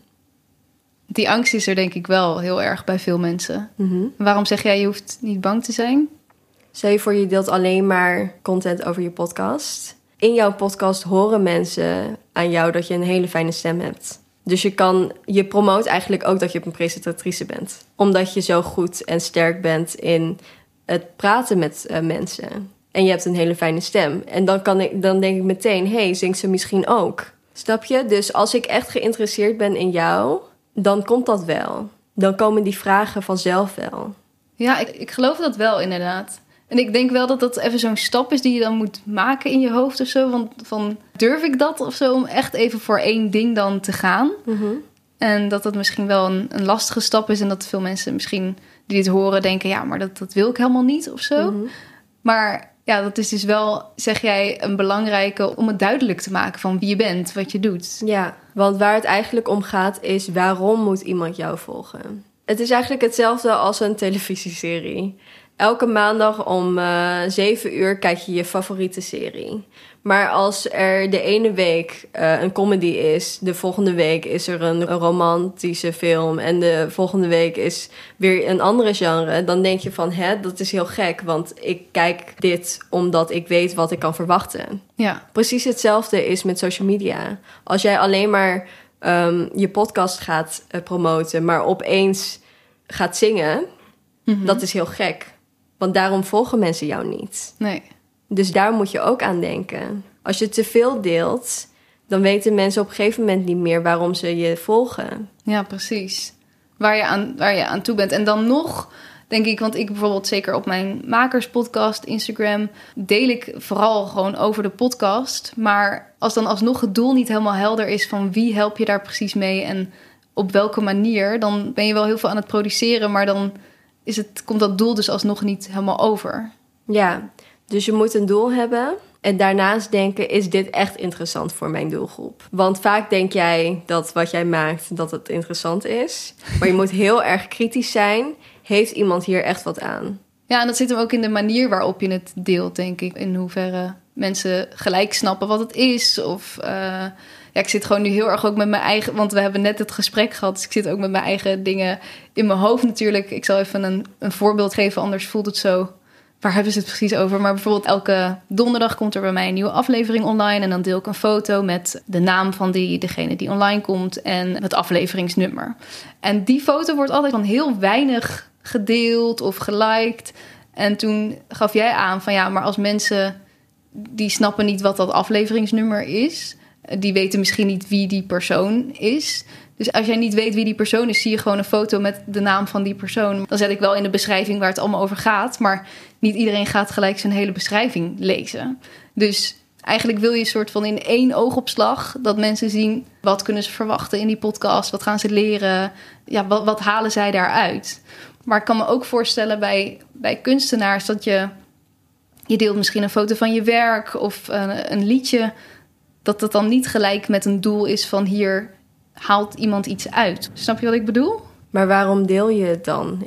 Die angst is er denk ik wel heel erg bij veel mensen. Mm-hmm. Waarom zeg jij je hoeft niet bang te zijn? Stel je voor je deelt alleen maar content over je podcast. In jouw podcast horen mensen aan jou dat je een hele fijne stem hebt. Dus je promoot eigenlijk ook dat je een presentatrice bent. Omdat je zo goed en sterk bent in het praten met mensen. En je hebt een hele fijne stem. En dan denk ik meteen, hey, zingt ze misschien ook? Snap je? Dus als ik echt geïnteresseerd ben in jou, dan komt dat wel. Dan komen die vragen vanzelf wel. Ja, ik geloof dat wel inderdaad. En ik denk wel dat dat even zo'n stap is die je dan moet maken in je hoofd of zo. Want van durf ik dat of zo om echt even voor 1 ding dan te gaan? Mm-hmm. En dat misschien wel een lastige stap is. En dat veel mensen misschien die dit horen denken, ja, maar dat wil ik helemaal niet of zo. Mm-hmm. Maar ja, dat is dus wel, zeg jij, een belangrijke om het duidelijk te maken van wie je bent, wat je doet. Ja, want waar het eigenlijk om gaat is, waarom moet iemand jou volgen? Het is eigenlijk hetzelfde als een televisieserie. Elke maandag om 7 uur kijk je je favoriete serie. Maar als er de ene week een comedy is, de volgende week is er een romantische film en de volgende week is weer een andere genre, dan denk je van, dat is heel gek, want ik kijk dit omdat ik weet wat ik kan verwachten. Ja. Precies hetzelfde is met social media. Als jij alleen maar je podcast gaat promoten, maar opeens gaat zingen, dat is heel gek. Want daarom volgen mensen jou niet. Nee. Dus daar moet je ook aan denken. Als je te veel deelt, dan weten mensen op een gegeven moment niet meer waarom ze je volgen. Ja, precies. Waar je aan toe bent. En dan nog, denk ik, want ik bijvoorbeeld zeker op mijn makerspodcast, Instagram, deel ik vooral gewoon over de podcast. Maar als dan alsnog het doel niet helemaal helder is van wie help je daar precies mee en op welke manier, dan ben je wel heel veel aan het produceren, maar dan komt dat doel dus alsnog niet helemaal over. Ja, dus je moet een doel hebben en daarnaast denken, is dit echt interessant voor mijn doelgroep? Want vaak denk jij dat wat jij maakt, dat het interessant is. Maar je moet heel erg kritisch zijn. Heeft iemand hier echt wat aan? Ja, en dat zit hem ook in de manier waarop je het deelt, denk ik. In hoeverre mensen gelijk snappen wat het is. Of ik zit gewoon nu heel erg ook met mijn eigen, want we hebben net het gesprek gehad, dus ik zit ook met mijn eigen dingen in mijn hoofd natuurlijk. Ik zal even een voorbeeld geven, anders voelt het zo, waar hebben ze het precies over? Maar bijvoorbeeld elke donderdag komt er bij mij een nieuwe aflevering online en dan deel ik een foto met de naam van degene die online komt en het afleveringsnummer. En die foto wordt altijd van heel weinig gedeeld of geliked. En toen gaf jij aan van ja, maar als mensen die snappen niet wat dat afleveringsnummer is, die weten misschien niet wie die persoon is. Dus als jij niet weet wie die persoon is, zie je gewoon een foto met de naam van die persoon. Dan zet ik wel in de beschrijving waar het allemaal over gaat. Maar niet iedereen gaat gelijk zijn hele beschrijving lezen. Dus eigenlijk wil je een soort van in één oogopslag dat mensen zien, wat kunnen ze verwachten in die podcast? Wat gaan ze leren? Ja, wat halen zij daaruit? Maar ik kan me ook voorstellen bij kunstenaars dat je deelt misschien een foto van je werk of een liedje, dat het dan niet gelijk met een doel is van hier haalt iemand iets uit. Snap je wat ik bedoel? Maar waarom deel je het dan?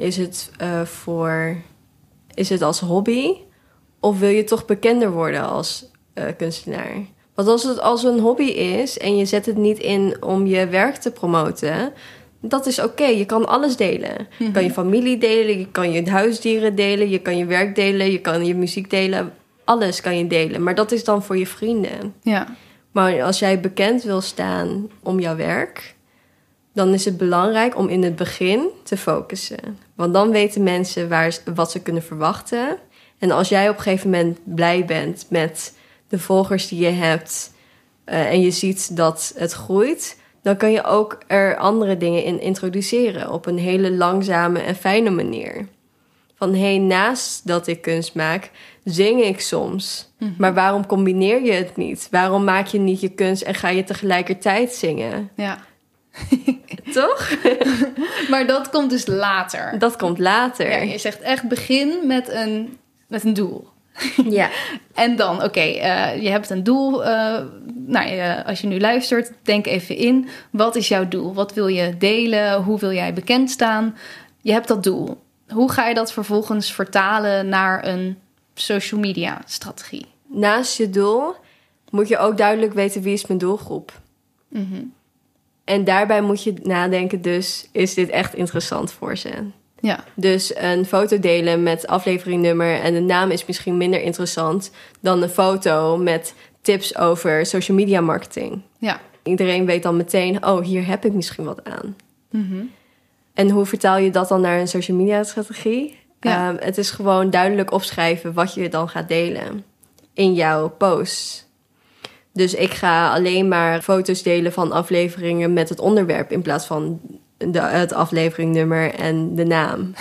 Is het als hobby? Of wil je toch bekender worden als kunstenaar? Want als het als een hobby is en je zet het niet in om je werk te promoten, dat is oké. Je kan alles delen. Je kan je familie delen, je kan je huisdieren delen, je kan je werk delen, je kan je muziek delen. Alles kan je delen, maar dat is dan voor je vrienden. Ja. Maar als jij bekend wil staan om jouw werk, dan is het belangrijk om in het begin te focussen. Want dan weten mensen wat ze kunnen verwachten. En als jij op een gegeven moment blij bent met de volgers die je hebt en je ziet dat het groeit, dan kan je ook er andere dingen in introduceren op een hele langzame en fijne manier. Van naast dat ik kunst maak, zing ik soms. Maar waarom combineer je het niet? Waarom maak je niet je kunst en ga je tegelijkertijd zingen? Ja. Toch? Maar dat komt dus later. Dat komt later. Ja, je zegt echt begin met een doel. Ja. En dan, je hebt een doel. Als je nu luistert, denk even in. Wat is jouw doel? Wat wil je delen? Hoe wil jij bekend staan? Je hebt dat doel. Hoe ga je dat vervolgens vertalen naar een social media strategie? Naast je doel moet je ook duidelijk weten wie is mijn doelgroep. En daarbij moet je nadenken dus, is dit echt interessant voor ze? Ja. Dus een foto delen met afleveringnummer en de naam is misschien minder interessant dan een foto met tips over social media marketing. Ja. Iedereen weet dan meteen, hier heb ik misschien wat aan. En hoe vertaal je dat dan naar een social media strategie? Ja. Het is gewoon duidelijk opschrijven wat je dan gaat delen in jouw post. Dus ik ga alleen maar foto's delen van afleveringen met het onderwerp in plaats van het afleveringnummer en de naam.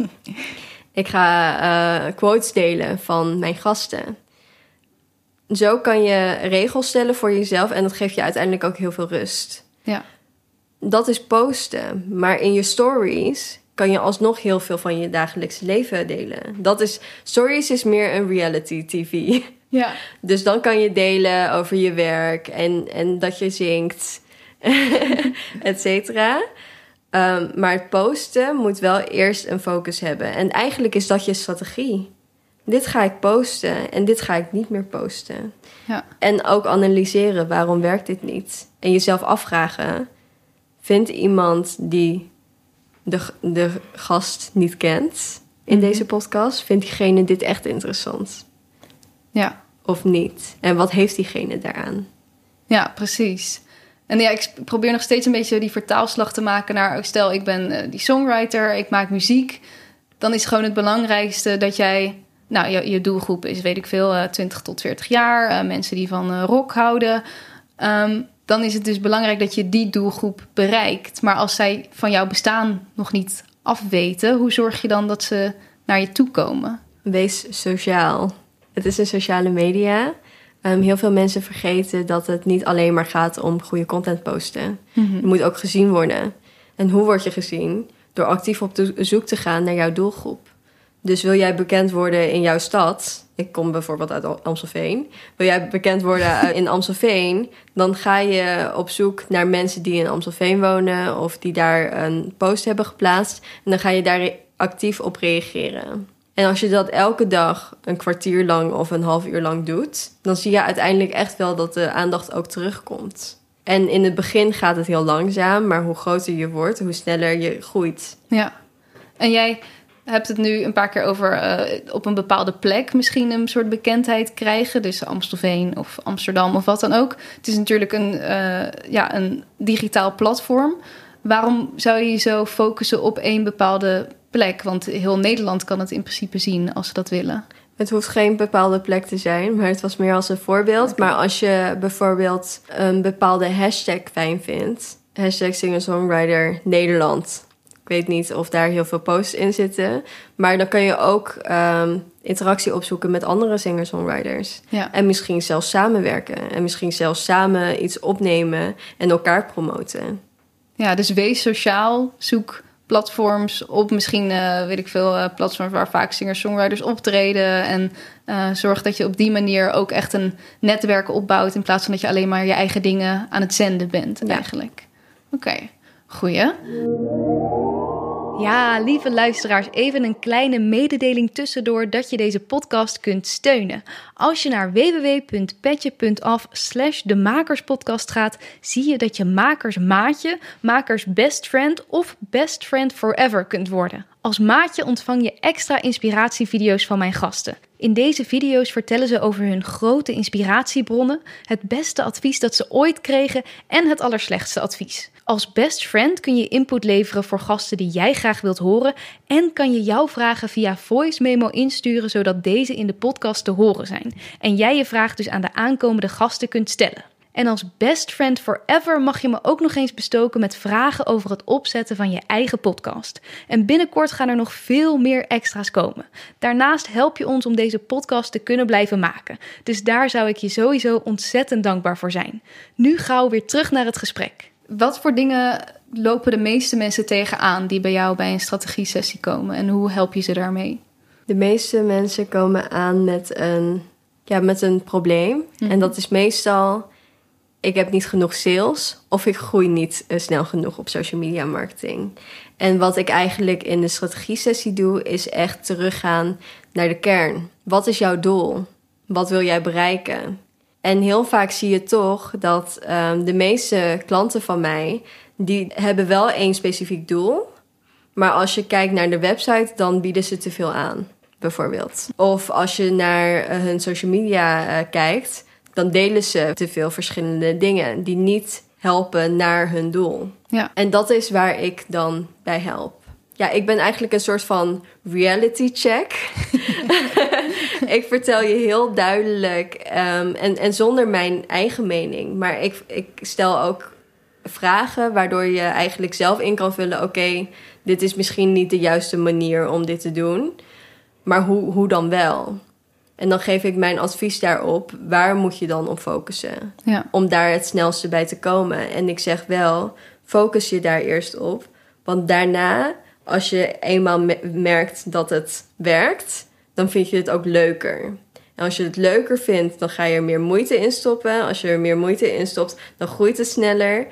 Ik ga quotes delen van mijn gasten. Zo kan je regels stellen voor jezelf en dat geeft je uiteindelijk ook heel veel rust. Ja. Dat is posten. Maar in je stories kan je alsnog heel veel van je dagelijkse leven delen. Stories is meer een reality tv. Ja. Dus dan kan je delen over je werk en dat je zingt, et cetera. Maar het posten moet wel eerst een focus hebben. En eigenlijk is dat je strategie. Dit ga ik posten en dit ga ik niet meer posten. Ja. En ook analyseren, waarom werkt dit niet? En jezelf afvragen, vindt iemand die de gast niet kent in deze podcast, vindt diegene dit echt interessant? Ja. Of niet? En wat heeft diegene daaraan? Ja, precies. En ja, ik probeer nog steeds een beetje die vertaalslag te maken naar... stel, ik ben die songwriter, ik maak muziek. Dan is gewoon het belangrijkste dat jij... Nou, je doelgroep is, weet ik veel, 20 tot 40 jaar. Mensen die van rock houden. Dan is het dus belangrijk dat je die doelgroep bereikt. Maar als zij van jouw bestaan nog niet afweten... hoe zorg je dan dat ze naar je toe komen? Wees sociaal. Het is een sociale media. Heel veel mensen vergeten dat het niet alleen maar gaat om goede content posten. Mm-hmm. Je moet ook gezien worden. En hoe word je gezien? Door actief op zoek te gaan naar jouw doelgroep. Dus wil jij bekend worden in jouw stad... Ik kom bijvoorbeeld uit Amstelveen. Wil jij bekend worden in Amstelveen... dan ga je op zoek naar mensen die in Amstelveen wonen... of die daar een post hebben geplaatst. En dan ga je daar actief op reageren. En als je dat elke dag een kwartier lang of een half uur lang doet... dan zie je uiteindelijk echt wel dat de aandacht ook terugkomt. En in het begin gaat het heel langzaam... maar hoe groter je wordt, hoe sneller je groeit. Ja, en jij... hebt het nu een paar keer over op een bepaalde plek misschien een soort bekendheid krijgen. Dus Amstelveen of Amsterdam of wat dan ook. Het is natuurlijk een digitaal platform. Waarom zou je je zo focussen op één bepaalde plek? Want heel Nederland kan het in principe zien als ze dat willen. Het hoeft geen bepaalde plek te zijn, maar het was meer als een voorbeeld. Okay. Maar als je bijvoorbeeld een bepaalde hashtag fijn vindt... hashtag singer-songwriter Nederland... Ik weet niet of daar heel veel posts in zitten. Maar dan kan je ook interactie opzoeken met andere singer-songwriters. Ja. En misschien zelfs samenwerken. En misschien zelfs samen iets opnemen en elkaar promoten. Ja, dus wees sociaal. Zoek platforms op. Misschien, weet ik veel, platforms waar vaak singer-songwriters optreden. En zorg dat je op die manier ook echt een netwerk opbouwt... in plaats van dat je alleen maar je eigen dingen aan het zenden bent eigenlijk. Oké, goeie. Ja, lieve luisteraars, even een kleine mededeling tussendoor dat je deze podcast kunt steunen. Als je naar www.petje.af/demakerspodcast gaat, zie je dat je makers maatje, makers best friend of best friend forever kunt worden. Als maatje ontvang je extra inspiratievideo's van mijn gasten. In deze video's vertellen ze over hun grote inspiratiebronnen, het beste advies dat ze ooit kregen en het allerslechtste advies. Als best friend kun je input leveren voor gasten die jij graag wilt horen en kan je jouw vragen via voice memo insturen zodat deze in de podcast te horen zijn en jij je vraag dus aan de aankomende gasten kunt stellen. En als best friend forever mag je me ook nog eens bestoken met vragen over het opzetten van je eigen podcast. En binnenkort gaan er nog veel meer extra's komen. Daarnaast help je ons om deze podcast te kunnen blijven maken. Dus daar zou ik je sowieso ontzettend dankbaar voor zijn. Nu gauw weer terug naar het gesprek. Wat voor dingen lopen de meeste mensen tegenaan die bij jou bij een strategie-sessie komen? En hoe help je ze daarmee? De meeste mensen komen aan met een probleem. Mm-hmm. En dat is meestal... ik heb niet genoeg sales of ik groei niet snel genoeg op social media marketing. En wat ik eigenlijk in de strategie-sessie doe, is echt teruggaan naar de kern. Wat is jouw doel? Wat wil jij bereiken? En heel vaak zie je toch dat de meeste klanten van mij, die hebben wel één specifiek doel. Maar als je kijkt naar de website, dan bieden ze te veel aan, bijvoorbeeld. Of als je naar hun social media kijkt, dan delen ze te veel verschillende dingen die niet helpen naar hun doel. Ja. En dat is waar ik dan bij help. Ja, ik ben eigenlijk een soort van reality check. Ik vertel je heel duidelijk en zonder mijn eigen mening. Maar ik stel ook vragen waardoor je eigenlijk zelf in kan vullen. Oké, dit is misschien niet de juiste manier om dit te doen. Maar hoe dan wel? En dan geef ik mijn advies daarop. Waar moet je dan op focussen? Ja. Om daar het snelste bij te komen. En ik zeg wel, focus je daar eerst op. Want daarna, als je eenmaal merkt dat het werkt, dan vind je het ook leuker. En als je het leuker vindt, dan ga je er meer moeite in stoppen. Als je er meer moeite in stopt, dan groeit het sneller.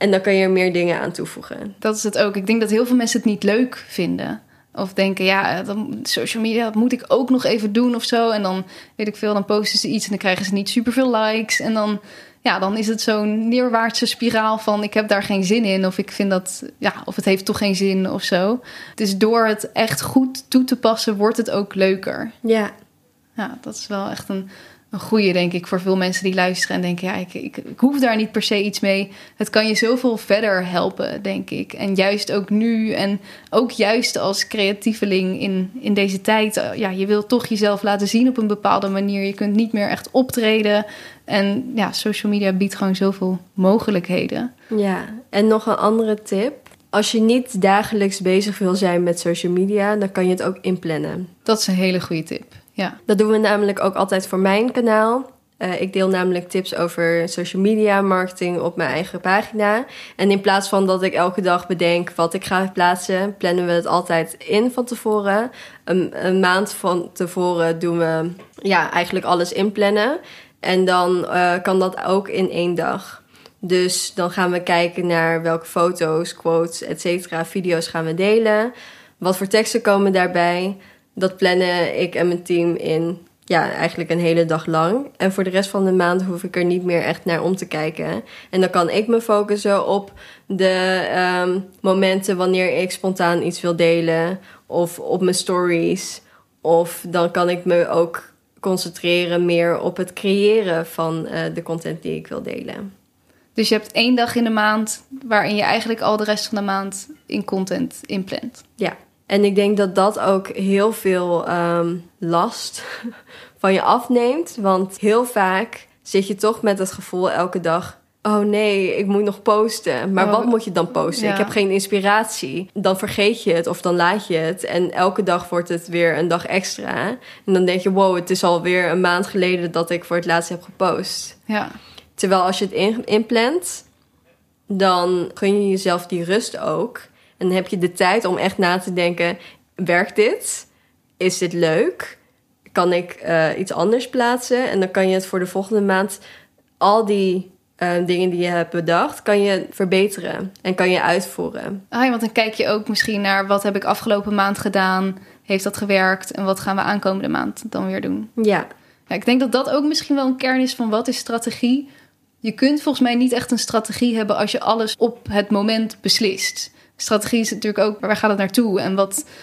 En dan kan je er meer dingen aan toevoegen. Dat is het ook. Ik denk dat heel veel mensen het niet leuk vinden. Of denken, ja, dan, social media, dat moet ik ook nog even doen of zo. En dan, weet ik veel, dan posten ze iets en dan krijgen ze niet superveel likes. En dan is het zo'n neerwaartse spiraal van ik heb daar geen zin in. Of ik vind dat, of het heeft toch geen zin of zo. Dus door het echt goed toe te passen, wordt het ook leuker. Ja. Ja, dat is wel echt een goeie, denk ik, voor veel mensen die luisteren en denken, ja, ik hoef daar niet per se iets mee. Het kan je zoveel verder helpen, denk ik. En juist ook nu en ook juist als creatieveling in deze tijd. Je wilt toch jezelf laten zien op een bepaalde manier. Je kunt niet meer echt optreden. En ja, social media biedt gewoon zoveel mogelijkheden. Ja, en nog een andere tip. Als je niet dagelijks bezig wil zijn met social media, dan kan je het ook inplannen. Dat is een hele goede tip. Ja. Dat doen we namelijk ook altijd voor mijn kanaal. Ik deel namelijk tips over social media marketing op mijn eigen pagina. En in plaats van dat ik elke dag bedenk wat ik ga plaatsen, plannen we het altijd in van tevoren. Een maand van tevoren doen we eigenlijk alles inplannen. En dan kan dat ook in 1 dag. Dus dan gaan we kijken naar welke foto's, quotes, etc. video's gaan we delen. Wat voor teksten komen daarbij. Dat plannen ik en mijn team in eigenlijk een hele dag lang. En voor de rest van de maand hoef ik er niet meer echt naar om te kijken. En dan kan ik me focussen op de momenten wanneer ik spontaan iets wil delen. Of op mijn stories. Of dan kan ik me ook concentreren meer op het creëren van de content die ik wil delen. Dus je hebt 1 dag in de maand waarin je eigenlijk al de rest van de maand in content inplant. Ja. En ik denk dat dat ook heel veel last van je afneemt. Want heel vaak zit je toch met het gevoel elke dag, oh nee, ik moet nog posten. Maar wat moet je dan posten? Ja. Ik heb geen inspiratie. Dan vergeet je het of dan laat je het. En elke dag wordt het weer een dag extra. En dan denk je, wow, het is alweer een maand geleden dat ik voor het laatst heb gepost. Ja. Terwijl als je het inplant, dan gun je jezelf die rust ook. En dan heb je de tijd om echt na te denken, werkt dit? Is dit leuk? Kan ik iets anders plaatsen? En dan kan je het voor de volgende maand, al die dingen die je hebt bedacht, kan je verbeteren en kan je uitvoeren. Want dan kijk je ook misschien naar wat heb ik afgelopen maand gedaan? Heeft dat gewerkt? En wat gaan we aankomende maand dan weer doen? Ja. Ik denk dat dat ook misschien wel een kern is van wat is strategie. Je kunt volgens mij niet echt een strategie hebben als je alles op het moment beslist. Strategie is natuurlijk ook, waar gaat het naartoe? En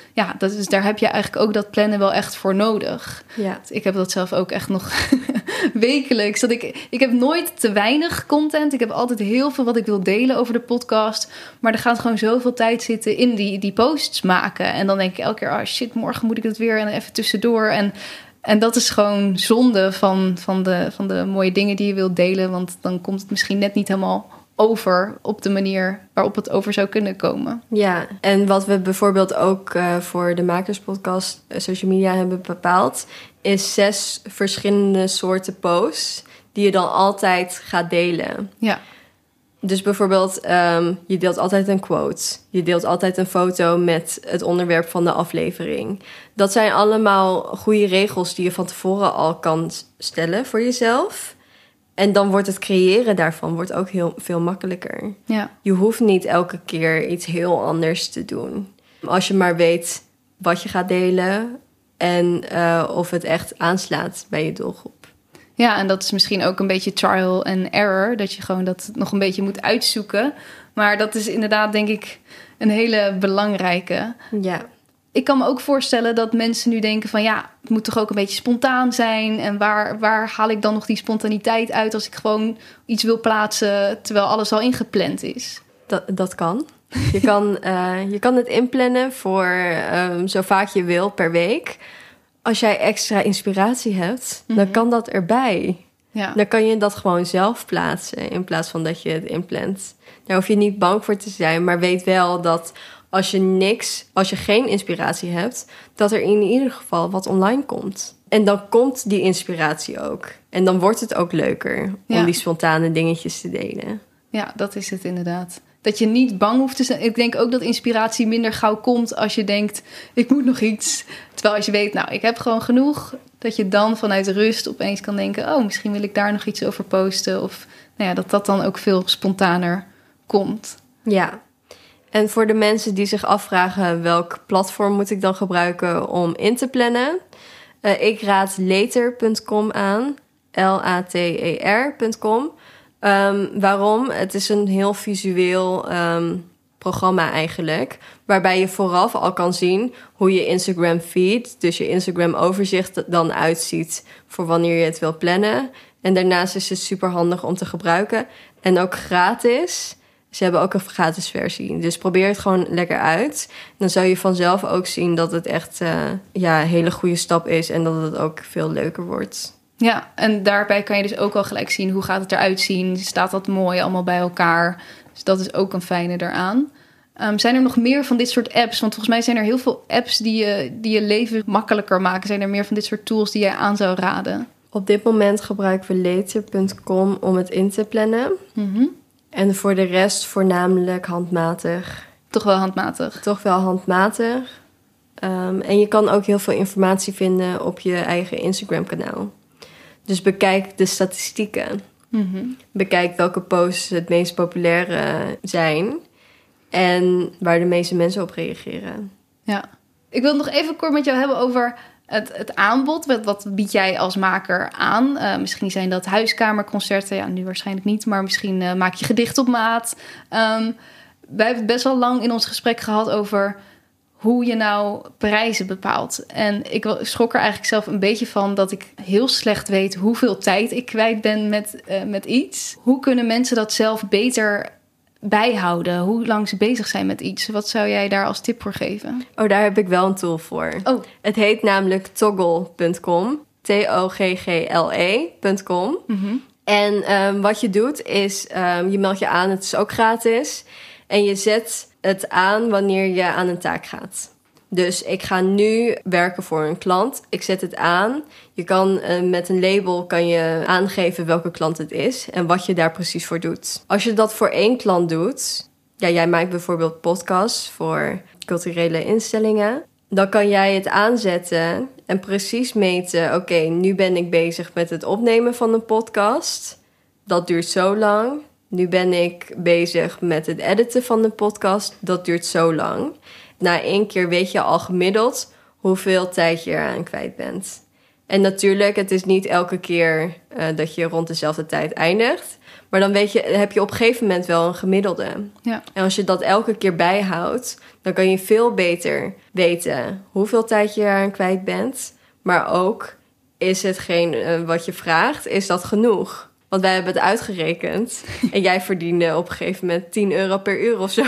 daar heb je eigenlijk ook dat plannen wel echt voor nodig. Ja. Ik heb dat zelf ook echt nog wekelijks. Ik heb nooit te weinig content. Ik heb altijd heel veel wat ik wil delen over de podcast. Maar er gaat gewoon zoveel tijd zitten in die posts maken. En dan denk ik elke keer, oh shit, morgen moet ik het weer en even tussendoor. En dat is gewoon zonde van de mooie dingen die je wilt delen. Want dan komt het misschien net niet helemaal over op de manier waarop het over zou kunnen komen. Ja, en wat we bijvoorbeeld ook voor de Makerspodcast social media hebben bepaald, is 6 verschillende soorten posts die je dan altijd gaat delen. Ja. Dus bijvoorbeeld, je deelt altijd een quote. Je deelt altijd een foto met het onderwerp van de aflevering. Dat zijn allemaal goede regels die je van tevoren al kan stellen voor jezelf. En dan wordt het creëren daarvan wordt ook heel veel makkelijker. Ja. Je hoeft niet elke keer iets heel anders te doen. Als je maar weet wat je gaat delen en of het echt aanslaat bij je doelgroep. Ja, en dat is misschien ook een beetje trial and error. Dat je gewoon dat nog een beetje moet uitzoeken. Maar dat is inderdaad, denk ik, een hele belangrijke. Ja. Ik kan me ook voorstellen dat mensen nu denken van, ja, het moet toch ook een beetje spontaan zijn. En waar haal ik dan nog die spontaniteit uit als ik gewoon iets wil plaatsen terwijl alles al ingepland is? Dat kan. Je kan het inplannen voor zo vaak je wil per week. Als jij extra inspiratie hebt, dan kan dat erbij. Ja. Dan kan je dat gewoon zelf plaatsen in plaats van dat je het inplant. Daar hoef je niet bang voor te zijn, maar weet wel dat als je geen inspiratie hebt, dat er in ieder geval wat online komt. En dan komt die inspiratie ook. En dan wordt het ook leuker om die spontane dingetjes te delen. Ja, dat is het inderdaad. Dat je niet bang hoeft te zijn. Ik denk ook dat inspiratie minder gauw komt als je denkt, ik moet nog iets. Terwijl als je weet, nou, ik heb gewoon genoeg, dat je dan vanuit rust opeens kan denken, oh, misschien wil ik daar nog iets over posten. Of dat dan ook veel spontaner komt. Ja. En voor de mensen die zich afvragen welk platform moet ik dan gebruiken om in te plannen. Ik raad later.com aan. Later.com. Waarom? Het is een heel visueel programma eigenlijk. Waarbij je vooraf al kan zien hoe je Instagram feed, dus je Instagram overzicht dan uitziet voor wanneer je het wil plannen. En daarnaast is het super handig om te gebruiken. En ook gratis. Ze hebben ook een gratis versie. Dus probeer het gewoon lekker uit. Dan zou je vanzelf ook zien dat het echt een hele goede stap is. En dat het ook veel leuker wordt. Ja, en daarbij kan je dus ook al gelijk zien hoe gaat het eruit zien. Staat dat mooi allemaal bij elkaar? Dus dat is ook een fijne eraan. Zijn er nog meer van dit soort apps? Want volgens mij zijn er heel veel apps die je leven makkelijker maken. Zijn er meer van dit soort tools die jij aan zou raden? Op dit moment gebruiken we later.com om het in te plannen. Mm-hmm. En voor de rest voornamelijk handmatig. Toch wel handmatig? Toch wel handmatig. En je kan ook heel veel informatie vinden op je eigen Instagram-kanaal. Dus bekijk de statistieken. Mm-hmm. Bekijk welke posts het meest populaire zijn. En waar de meeste mensen op reageren. Ja. Ik wil het nog even kort met jou hebben over het aanbod. Wat bied jij als maker aan? Misschien zijn dat huiskamerconcerten. Ja, nu waarschijnlijk niet. Maar misschien maak je gedicht op maat. Wij hebben het best wel lang in ons gesprek gehad over hoe je nou prijzen bepaalt. En ik schrok er eigenlijk zelf een beetje van dat ik heel slecht weet hoeveel tijd ik kwijt ben met iets. Hoe kunnen mensen dat zelf beter bijhouden? Hoe lang ze bezig zijn met iets? Wat zou jij daar als tip voor geven? Oh, daar heb ik wel een tool voor. Oh. Het heet namelijk toggle.com. Toggle.com. Mm-hmm. En wat je doet is, je meldt je aan. Het is ook gratis. En je zet het aan wanneer je aan een taak gaat. Dus ik ga nu werken voor een klant. Ik zet het aan. Je kan met een label kan je aangeven welke klant het is en wat je daar precies voor doet. Als je dat voor één klant doet, jij maakt bijvoorbeeld podcasts voor culturele instellingen, dan kan jij het aanzetten en precies meten, oké, nu ben ik bezig met het opnemen van een podcast. Dat duurt zo lang. Nu ben ik bezig met het editen van de podcast. Dat duurt zo lang. Na 1 keer weet je al gemiddeld hoeveel tijd je eraan kwijt bent. En natuurlijk, het is niet elke keer dat je rond dezelfde tijd eindigt. Maar dan heb je op een gegeven moment wel een gemiddelde. Ja. En als je dat elke keer bijhoudt, dan kan je veel beter weten hoeveel tijd je eraan kwijt bent. Maar ook, is hetgeen wat je vraagt, is dat genoeg? Want wij hebben het uitgerekend. En jij verdiende op een gegeven moment €10 per uur of zo.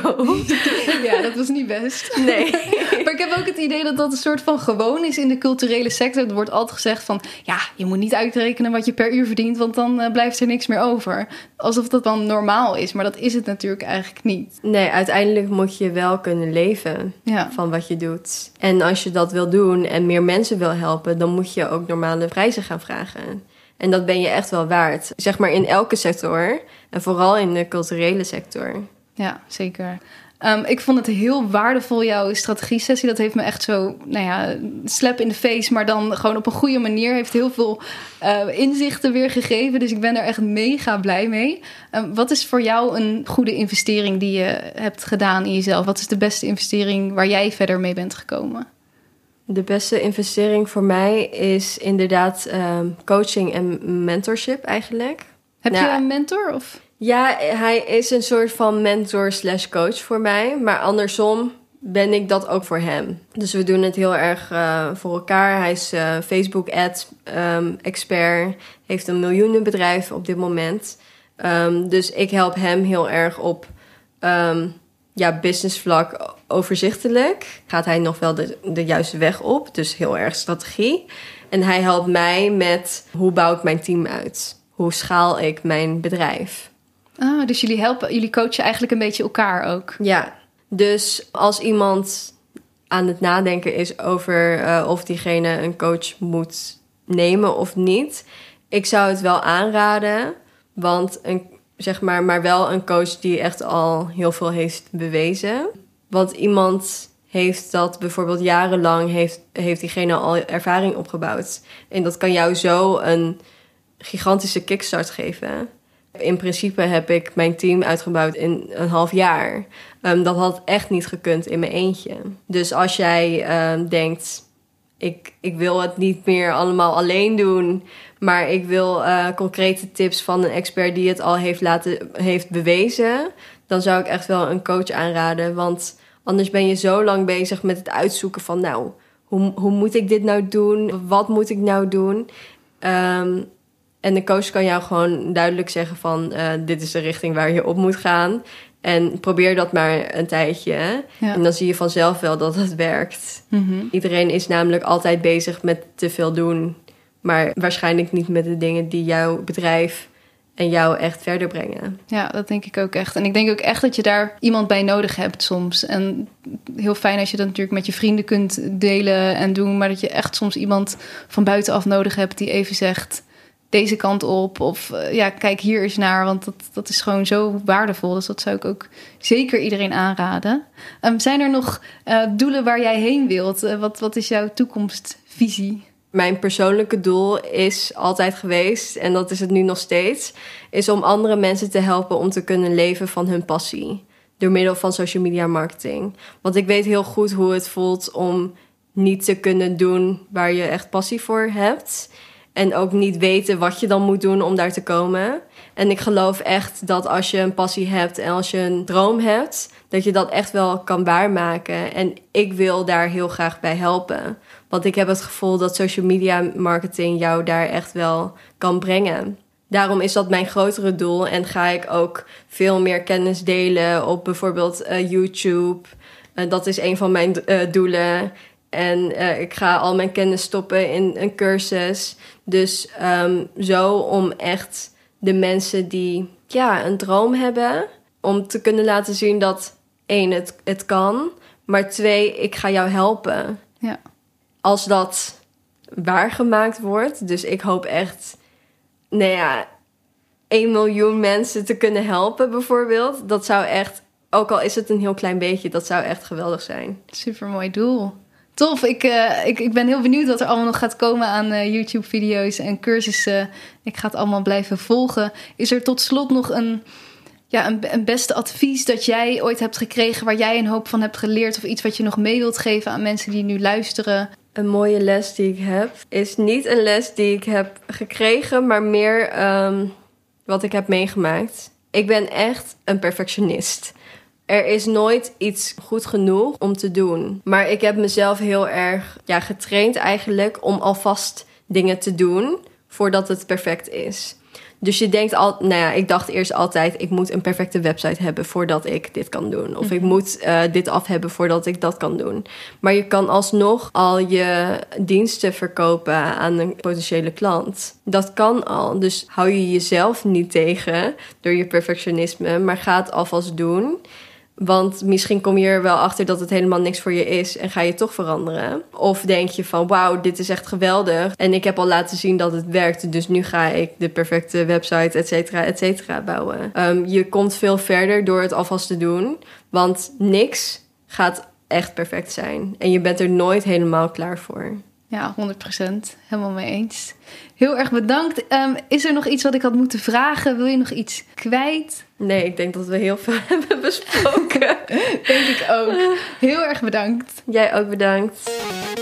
Ja, dat was niet best. Nee. Maar ik heb ook het idee dat dat een soort van gewoon is in de culturele sector. Er wordt altijd gezegd van, ja, je moet niet uitrekenen wat je per uur verdient, want dan blijft er niks meer over. Alsof dat dan normaal is, maar dat is het natuurlijk eigenlijk niet. Nee, uiteindelijk moet je wel kunnen leven van wat je doet. En als je dat wil doen en meer mensen wil helpen, dan moet je ook normale prijzen gaan vragen. En dat ben je echt wel waard. Zeg maar in elke sector. En vooral in de culturele sector. Ja, zeker. Ik vond het heel waardevol, jouw strategie-sessie. Dat heeft me echt zo, slap in de face, maar dan gewoon op een goede manier. Heeft heel veel inzichten weer gegeven. Dus ik ben er echt mega blij mee. Wat is voor jou een goede investering die je hebt gedaan in jezelf? Wat is de beste investering waar jij verder mee bent gekomen? De beste investering voor mij is inderdaad coaching en mentorship eigenlijk. Heb je een mentor? Of? Ja, hij is een soort van mentor/coach voor mij. Maar andersom ben ik dat ook voor hem. Dus we doen het heel erg voor elkaar. Hij is Facebook ad expert. Heeft een miljoenenbedrijf op dit moment. Dus ik help hem heel erg op businessvlak overzichtelijk. Gaat hij nog wel de juiste weg op. Dus heel erg strategie. En hij helpt mij met hoe bouw ik mijn team uit. Hoe schaal ik mijn bedrijf. Ah, dus jullie coachen eigenlijk een beetje elkaar ook. Ja, dus als iemand aan het nadenken is over of diegene een coach moet nemen of niet. Ik zou het wel aanraden, want maar wel een coach die echt al heel veel heeft bewezen. Want iemand heeft dat bijvoorbeeld jarenlang, heeft diegene al ervaring opgebouwd. En dat kan jou zo een gigantische kickstart geven. In principe heb ik mijn team uitgebouwd in een half jaar. Dat had echt niet gekund in mijn eentje. Dus als jij denkt, ik wil het niet meer allemaal alleen doen, maar ik wil concrete tips van een expert die het al heeft bewezen, dan zou ik echt wel een coach aanraden. Want anders ben je zo lang bezig met het uitzoeken van, nou, hoe moet ik dit nou doen? Wat moet ik nou doen? En de coach kan jou gewoon duidelijk zeggen van, dit is de richting waar je op moet gaan. En probeer dat maar een tijdje. Ja. En dan zie je vanzelf wel dat het werkt. Mm-hmm. Iedereen is namelijk altijd bezig met te veel doen. Maar waarschijnlijk niet met de dingen die jouw bedrijf en jou echt verder brengen. Ja, dat denk ik ook echt. En ik denk ook echt dat je daar iemand bij nodig hebt soms. En heel fijn als je dat natuurlijk met je vrienden kunt delen en doen. Maar dat je echt soms iemand van buitenaf nodig hebt die even zegt, deze kant op. Of kijk hier eens naar. Want dat is gewoon zo waardevol. Dus dat zou ik ook zeker iedereen aanraden. Zijn er nog doelen waar jij heen wilt? Wat is jouw toekomstvisie? Mijn persoonlijke doel is altijd geweest, en dat is het nu nog steeds, is om andere mensen te helpen om te kunnen leven van hun passie. Door middel van social media marketing. Want ik weet heel goed hoe het voelt om niet te kunnen doen waar je echt passie voor hebt. En ook niet weten wat je dan moet doen om daar te komen. En ik geloof echt dat als je een passie hebt en als je een droom hebt, dat je dat echt wel kan waarmaken. En ik wil daar heel graag bij helpen. Want ik heb het gevoel dat social media marketing jou daar echt wel kan brengen. Daarom is dat mijn grotere doel en ga ik ook veel meer kennis delen op bijvoorbeeld YouTube. Dat is een van mijn doelen. En ik ga al mijn kennis stoppen in een cursus. Dus zo om echt de mensen die een droom hebben, om te kunnen laten zien dat 1, het kan. Maar 2, ik ga jou helpen. Ja. Als dat waargemaakt wordt. Dus ik hoop echt 1 miljoen mensen te kunnen helpen bijvoorbeeld. Dat zou echt, ook al is het een heel klein beetje, dat zou echt geweldig zijn. Supermooi doel. Tof, ik ben heel benieuwd wat er allemaal nog gaat komen aan YouTube-video's en cursussen. Ik ga het allemaal blijven volgen. Is er tot slot nog een beste advies dat jij ooit hebt gekregen, waar jij een hoop van hebt geleerd, of iets wat je nog mee wilt geven aan mensen die nu luisteren? Een mooie les die ik heb is niet een les die ik heb gekregen, maar meer wat ik heb meegemaakt. Ik ben echt een perfectionist. Er is nooit iets goed genoeg om te doen. Maar ik heb mezelf heel erg getraind eigenlijk om alvast dingen te doen voordat het perfect is. Dus je denkt ik dacht eerst altijd, ik moet een perfecte website hebben voordat ik dit kan doen. Of ik moet dit af hebben voordat ik dat kan doen. Maar je kan alsnog al je diensten verkopen aan een potentiële klant. Dat kan al. Dus hou je jezelf niet tegen door je perfectionisme, maar ga het alvast doen. Want misschien kom je er wel achter dat het helemaal niks voor je is en ga je toch veranderen. Of denk je van, wauw, dit is echt geweldig. En ik heb al laten zien dat het werkt, dus nu ga ik de perfecte website, et cetera, bouwen. Je komt veel verder door het alvast te doen. Want niks gaat echt perfect zijn. En je bent er nooit helemaal klaar voor. Ja, 100%. Helemaal mee eens. Heel erg bedankt. Is er nog iets wat ik had moeten vragen? Wil je nog iets kwijt? Nee, ik denk dat we heel veel hebben besproken. Denk ik ook. Heel erg bedankt. Jij ook bedankt.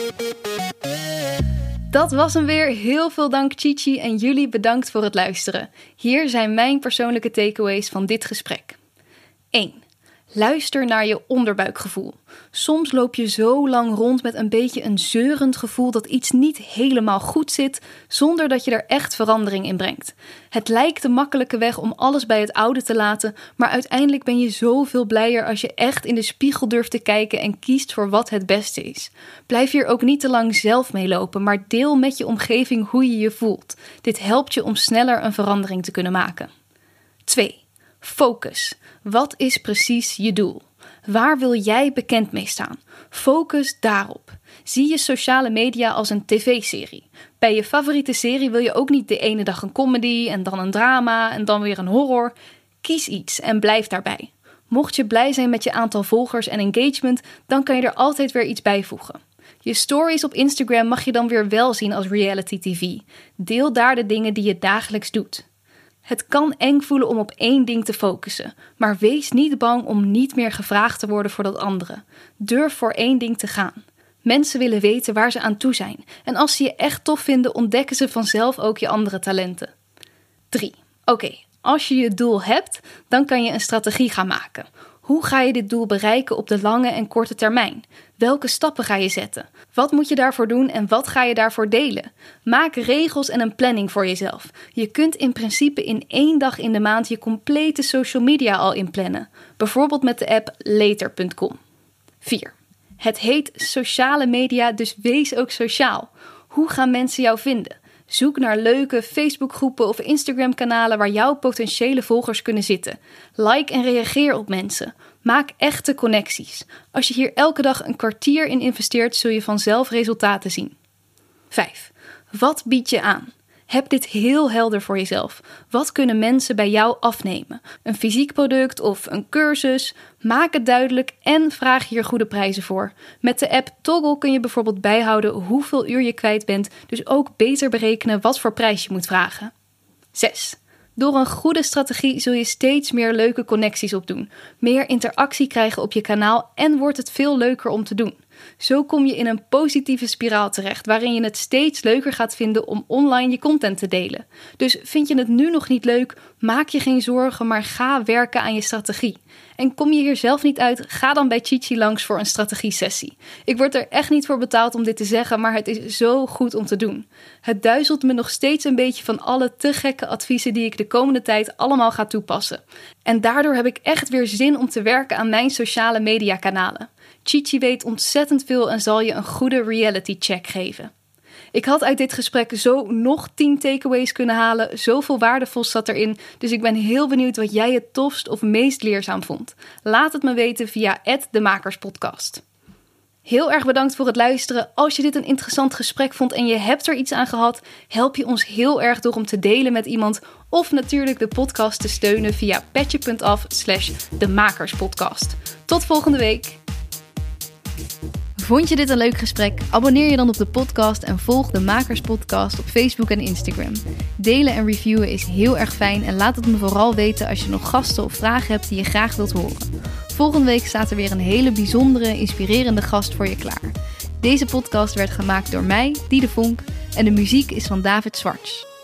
Dat was hem weer. Heel veel dank Chichi en jullie bedankt voor het luisteren. Hier zijn mijn persoonlijke takeaways van dit gesprek. 1. Luister naar je onderbuikgevoel. Soms loop je zo lang rond met een beetje een zeurend gevoel dat iets niet helemaal goed zit, zonder dat je er echt verandering in brengt. Het lijkt de makkelijke weg om alles bij het oude te laten, maar uiteindelijk ben je zoveel blijer als je echt in de spiegel durft te kijken en kiest voor wat het beste is. Blijf hier ook niet te lang zelf mee lopen, maar deel met je omgeving hoe je je voelt. Dit helpt je om sneller een verandering te kunnen maken. 2. Focus. Wat is precies je doel? Waar wil jij bekend mee staan? Focus daarop. Zie je sociale media als een tv-serie. Bij je favoriete serie wil je ook niet de ene dag een comedy en dan een drama en dan weer een horror. Kies iets en blijf daarbij. Mocht je blij zijn met je aantal volgers en engagement, dan kan je er altijd weer iets bijvoegen. Je stories op Instagram mag je dan weer wel zien als reality TV. Deel daar de dingen die je dagelijks doet. Het kan eng voelen om op één ding te focussen, maar wees niet bang om niet meer gevraagd te worden voor dat andere. Durf voor één ding te gaan. Mensen willen weten waar ze aan toe zijn en als ze je echt tof vinden, ontdekken ze vanzelf ook je andere talenten. 3. Oké, als je je doel hebt, dan kan je een strategie gaan maken. Hoe ga je dit doel bereiken op de lange en korte termijn? Welke stappen ga je zetten? Wat moet je daarvoor doen en wat ga je daarvoor delen? Maak regels en een planning voor jezelf. Je kunt in principe in 1 dag in de maand je complete social media al inplannen. Bijvoorbeeld met de app Later.com. 4. Het heet sociale media, dus wees ook sociaal. Hoe gaan mensen jou vinden? Zoek naar leuke Facebookgroepen of Instagram-kanalen waar jouw potentiële volgers kunnen zitten. Like en reageer op mensen. Maak echte connecties. Als je hier elke dag een kwartier in investeert, zul je vanzelf resultaten zien. 5. Wat bied je aan? Heb dit heel helder voor jezelf. Wat kunnen mensen bij jou afnemen? Een fysiek product of een cursus? Maak het duidelijk en vraag hier goede prijzen voor. Met de app Toggl kun je bijvoorbeeld bijhouden hoeveel uur je kwijt bent, dus ook beter berekenen wat voor prijs je moet vragen. 6. Door een goede strategie zul je steeds meer leuke connecties opdoen, meer interactie krijgen op je kanaal en wordt het veel leuker om te doen. Zo kom je in een positieve spiraal terecht, waarin je het steeds leuker gaat vinden om online je content te delen. Dus vind je het nu nog niet leuk, maak je geen zorgen, maar ga werken aan je strategie. En kom je hier zelf niet uit, ga dan bij Chichi langs voor een strategie-sessie. Ik word er echt niet voor betaald om dit te zeggen, maar het is zo goed om te doen. Het duizelt me nog steeds een beetje van alle te gekke adviezen die ik de komende tijd allemaal ga toepassen. En daardoor heb ik echt weer zin om te werken aan mijn sociale media kanalen. Chichi weet ontzettend veel en zal je een goede reality check geven. Ik had uit dit gesprek zo nog 10 takeaways kunnen halen. Zoveel waardevols zat erin. Dus ik ben heel benieuwd wat jij het tofst of meest leerzaam vond. Laat het me weten via @demakerspodcast. Heel erg bedankt voor het luisteren. Als je dit een interessant gesprek vond en je hebt er iets aan gehad, help je ons heel erg door om te delen met iemand of natuurlijk de podcast te steunen via petje.af/demakerspodcast. Tot volgende week. Vond je dit een leuk gesprek? Abonneer je dan op de podcast en volg de Makers Podcast op Facebook en Instagram. Delen en reviewen is heel erg fijn en laat het me vooral weten als je nog gasten of vragen hebt die je graag wilt horen. Volgende week staat er weer een hele bijzondere, inspirerende gast voor je klaar. Deze podcast werd gemaakt door mij, Die de Vonk, en de muziek is van David Zwarts.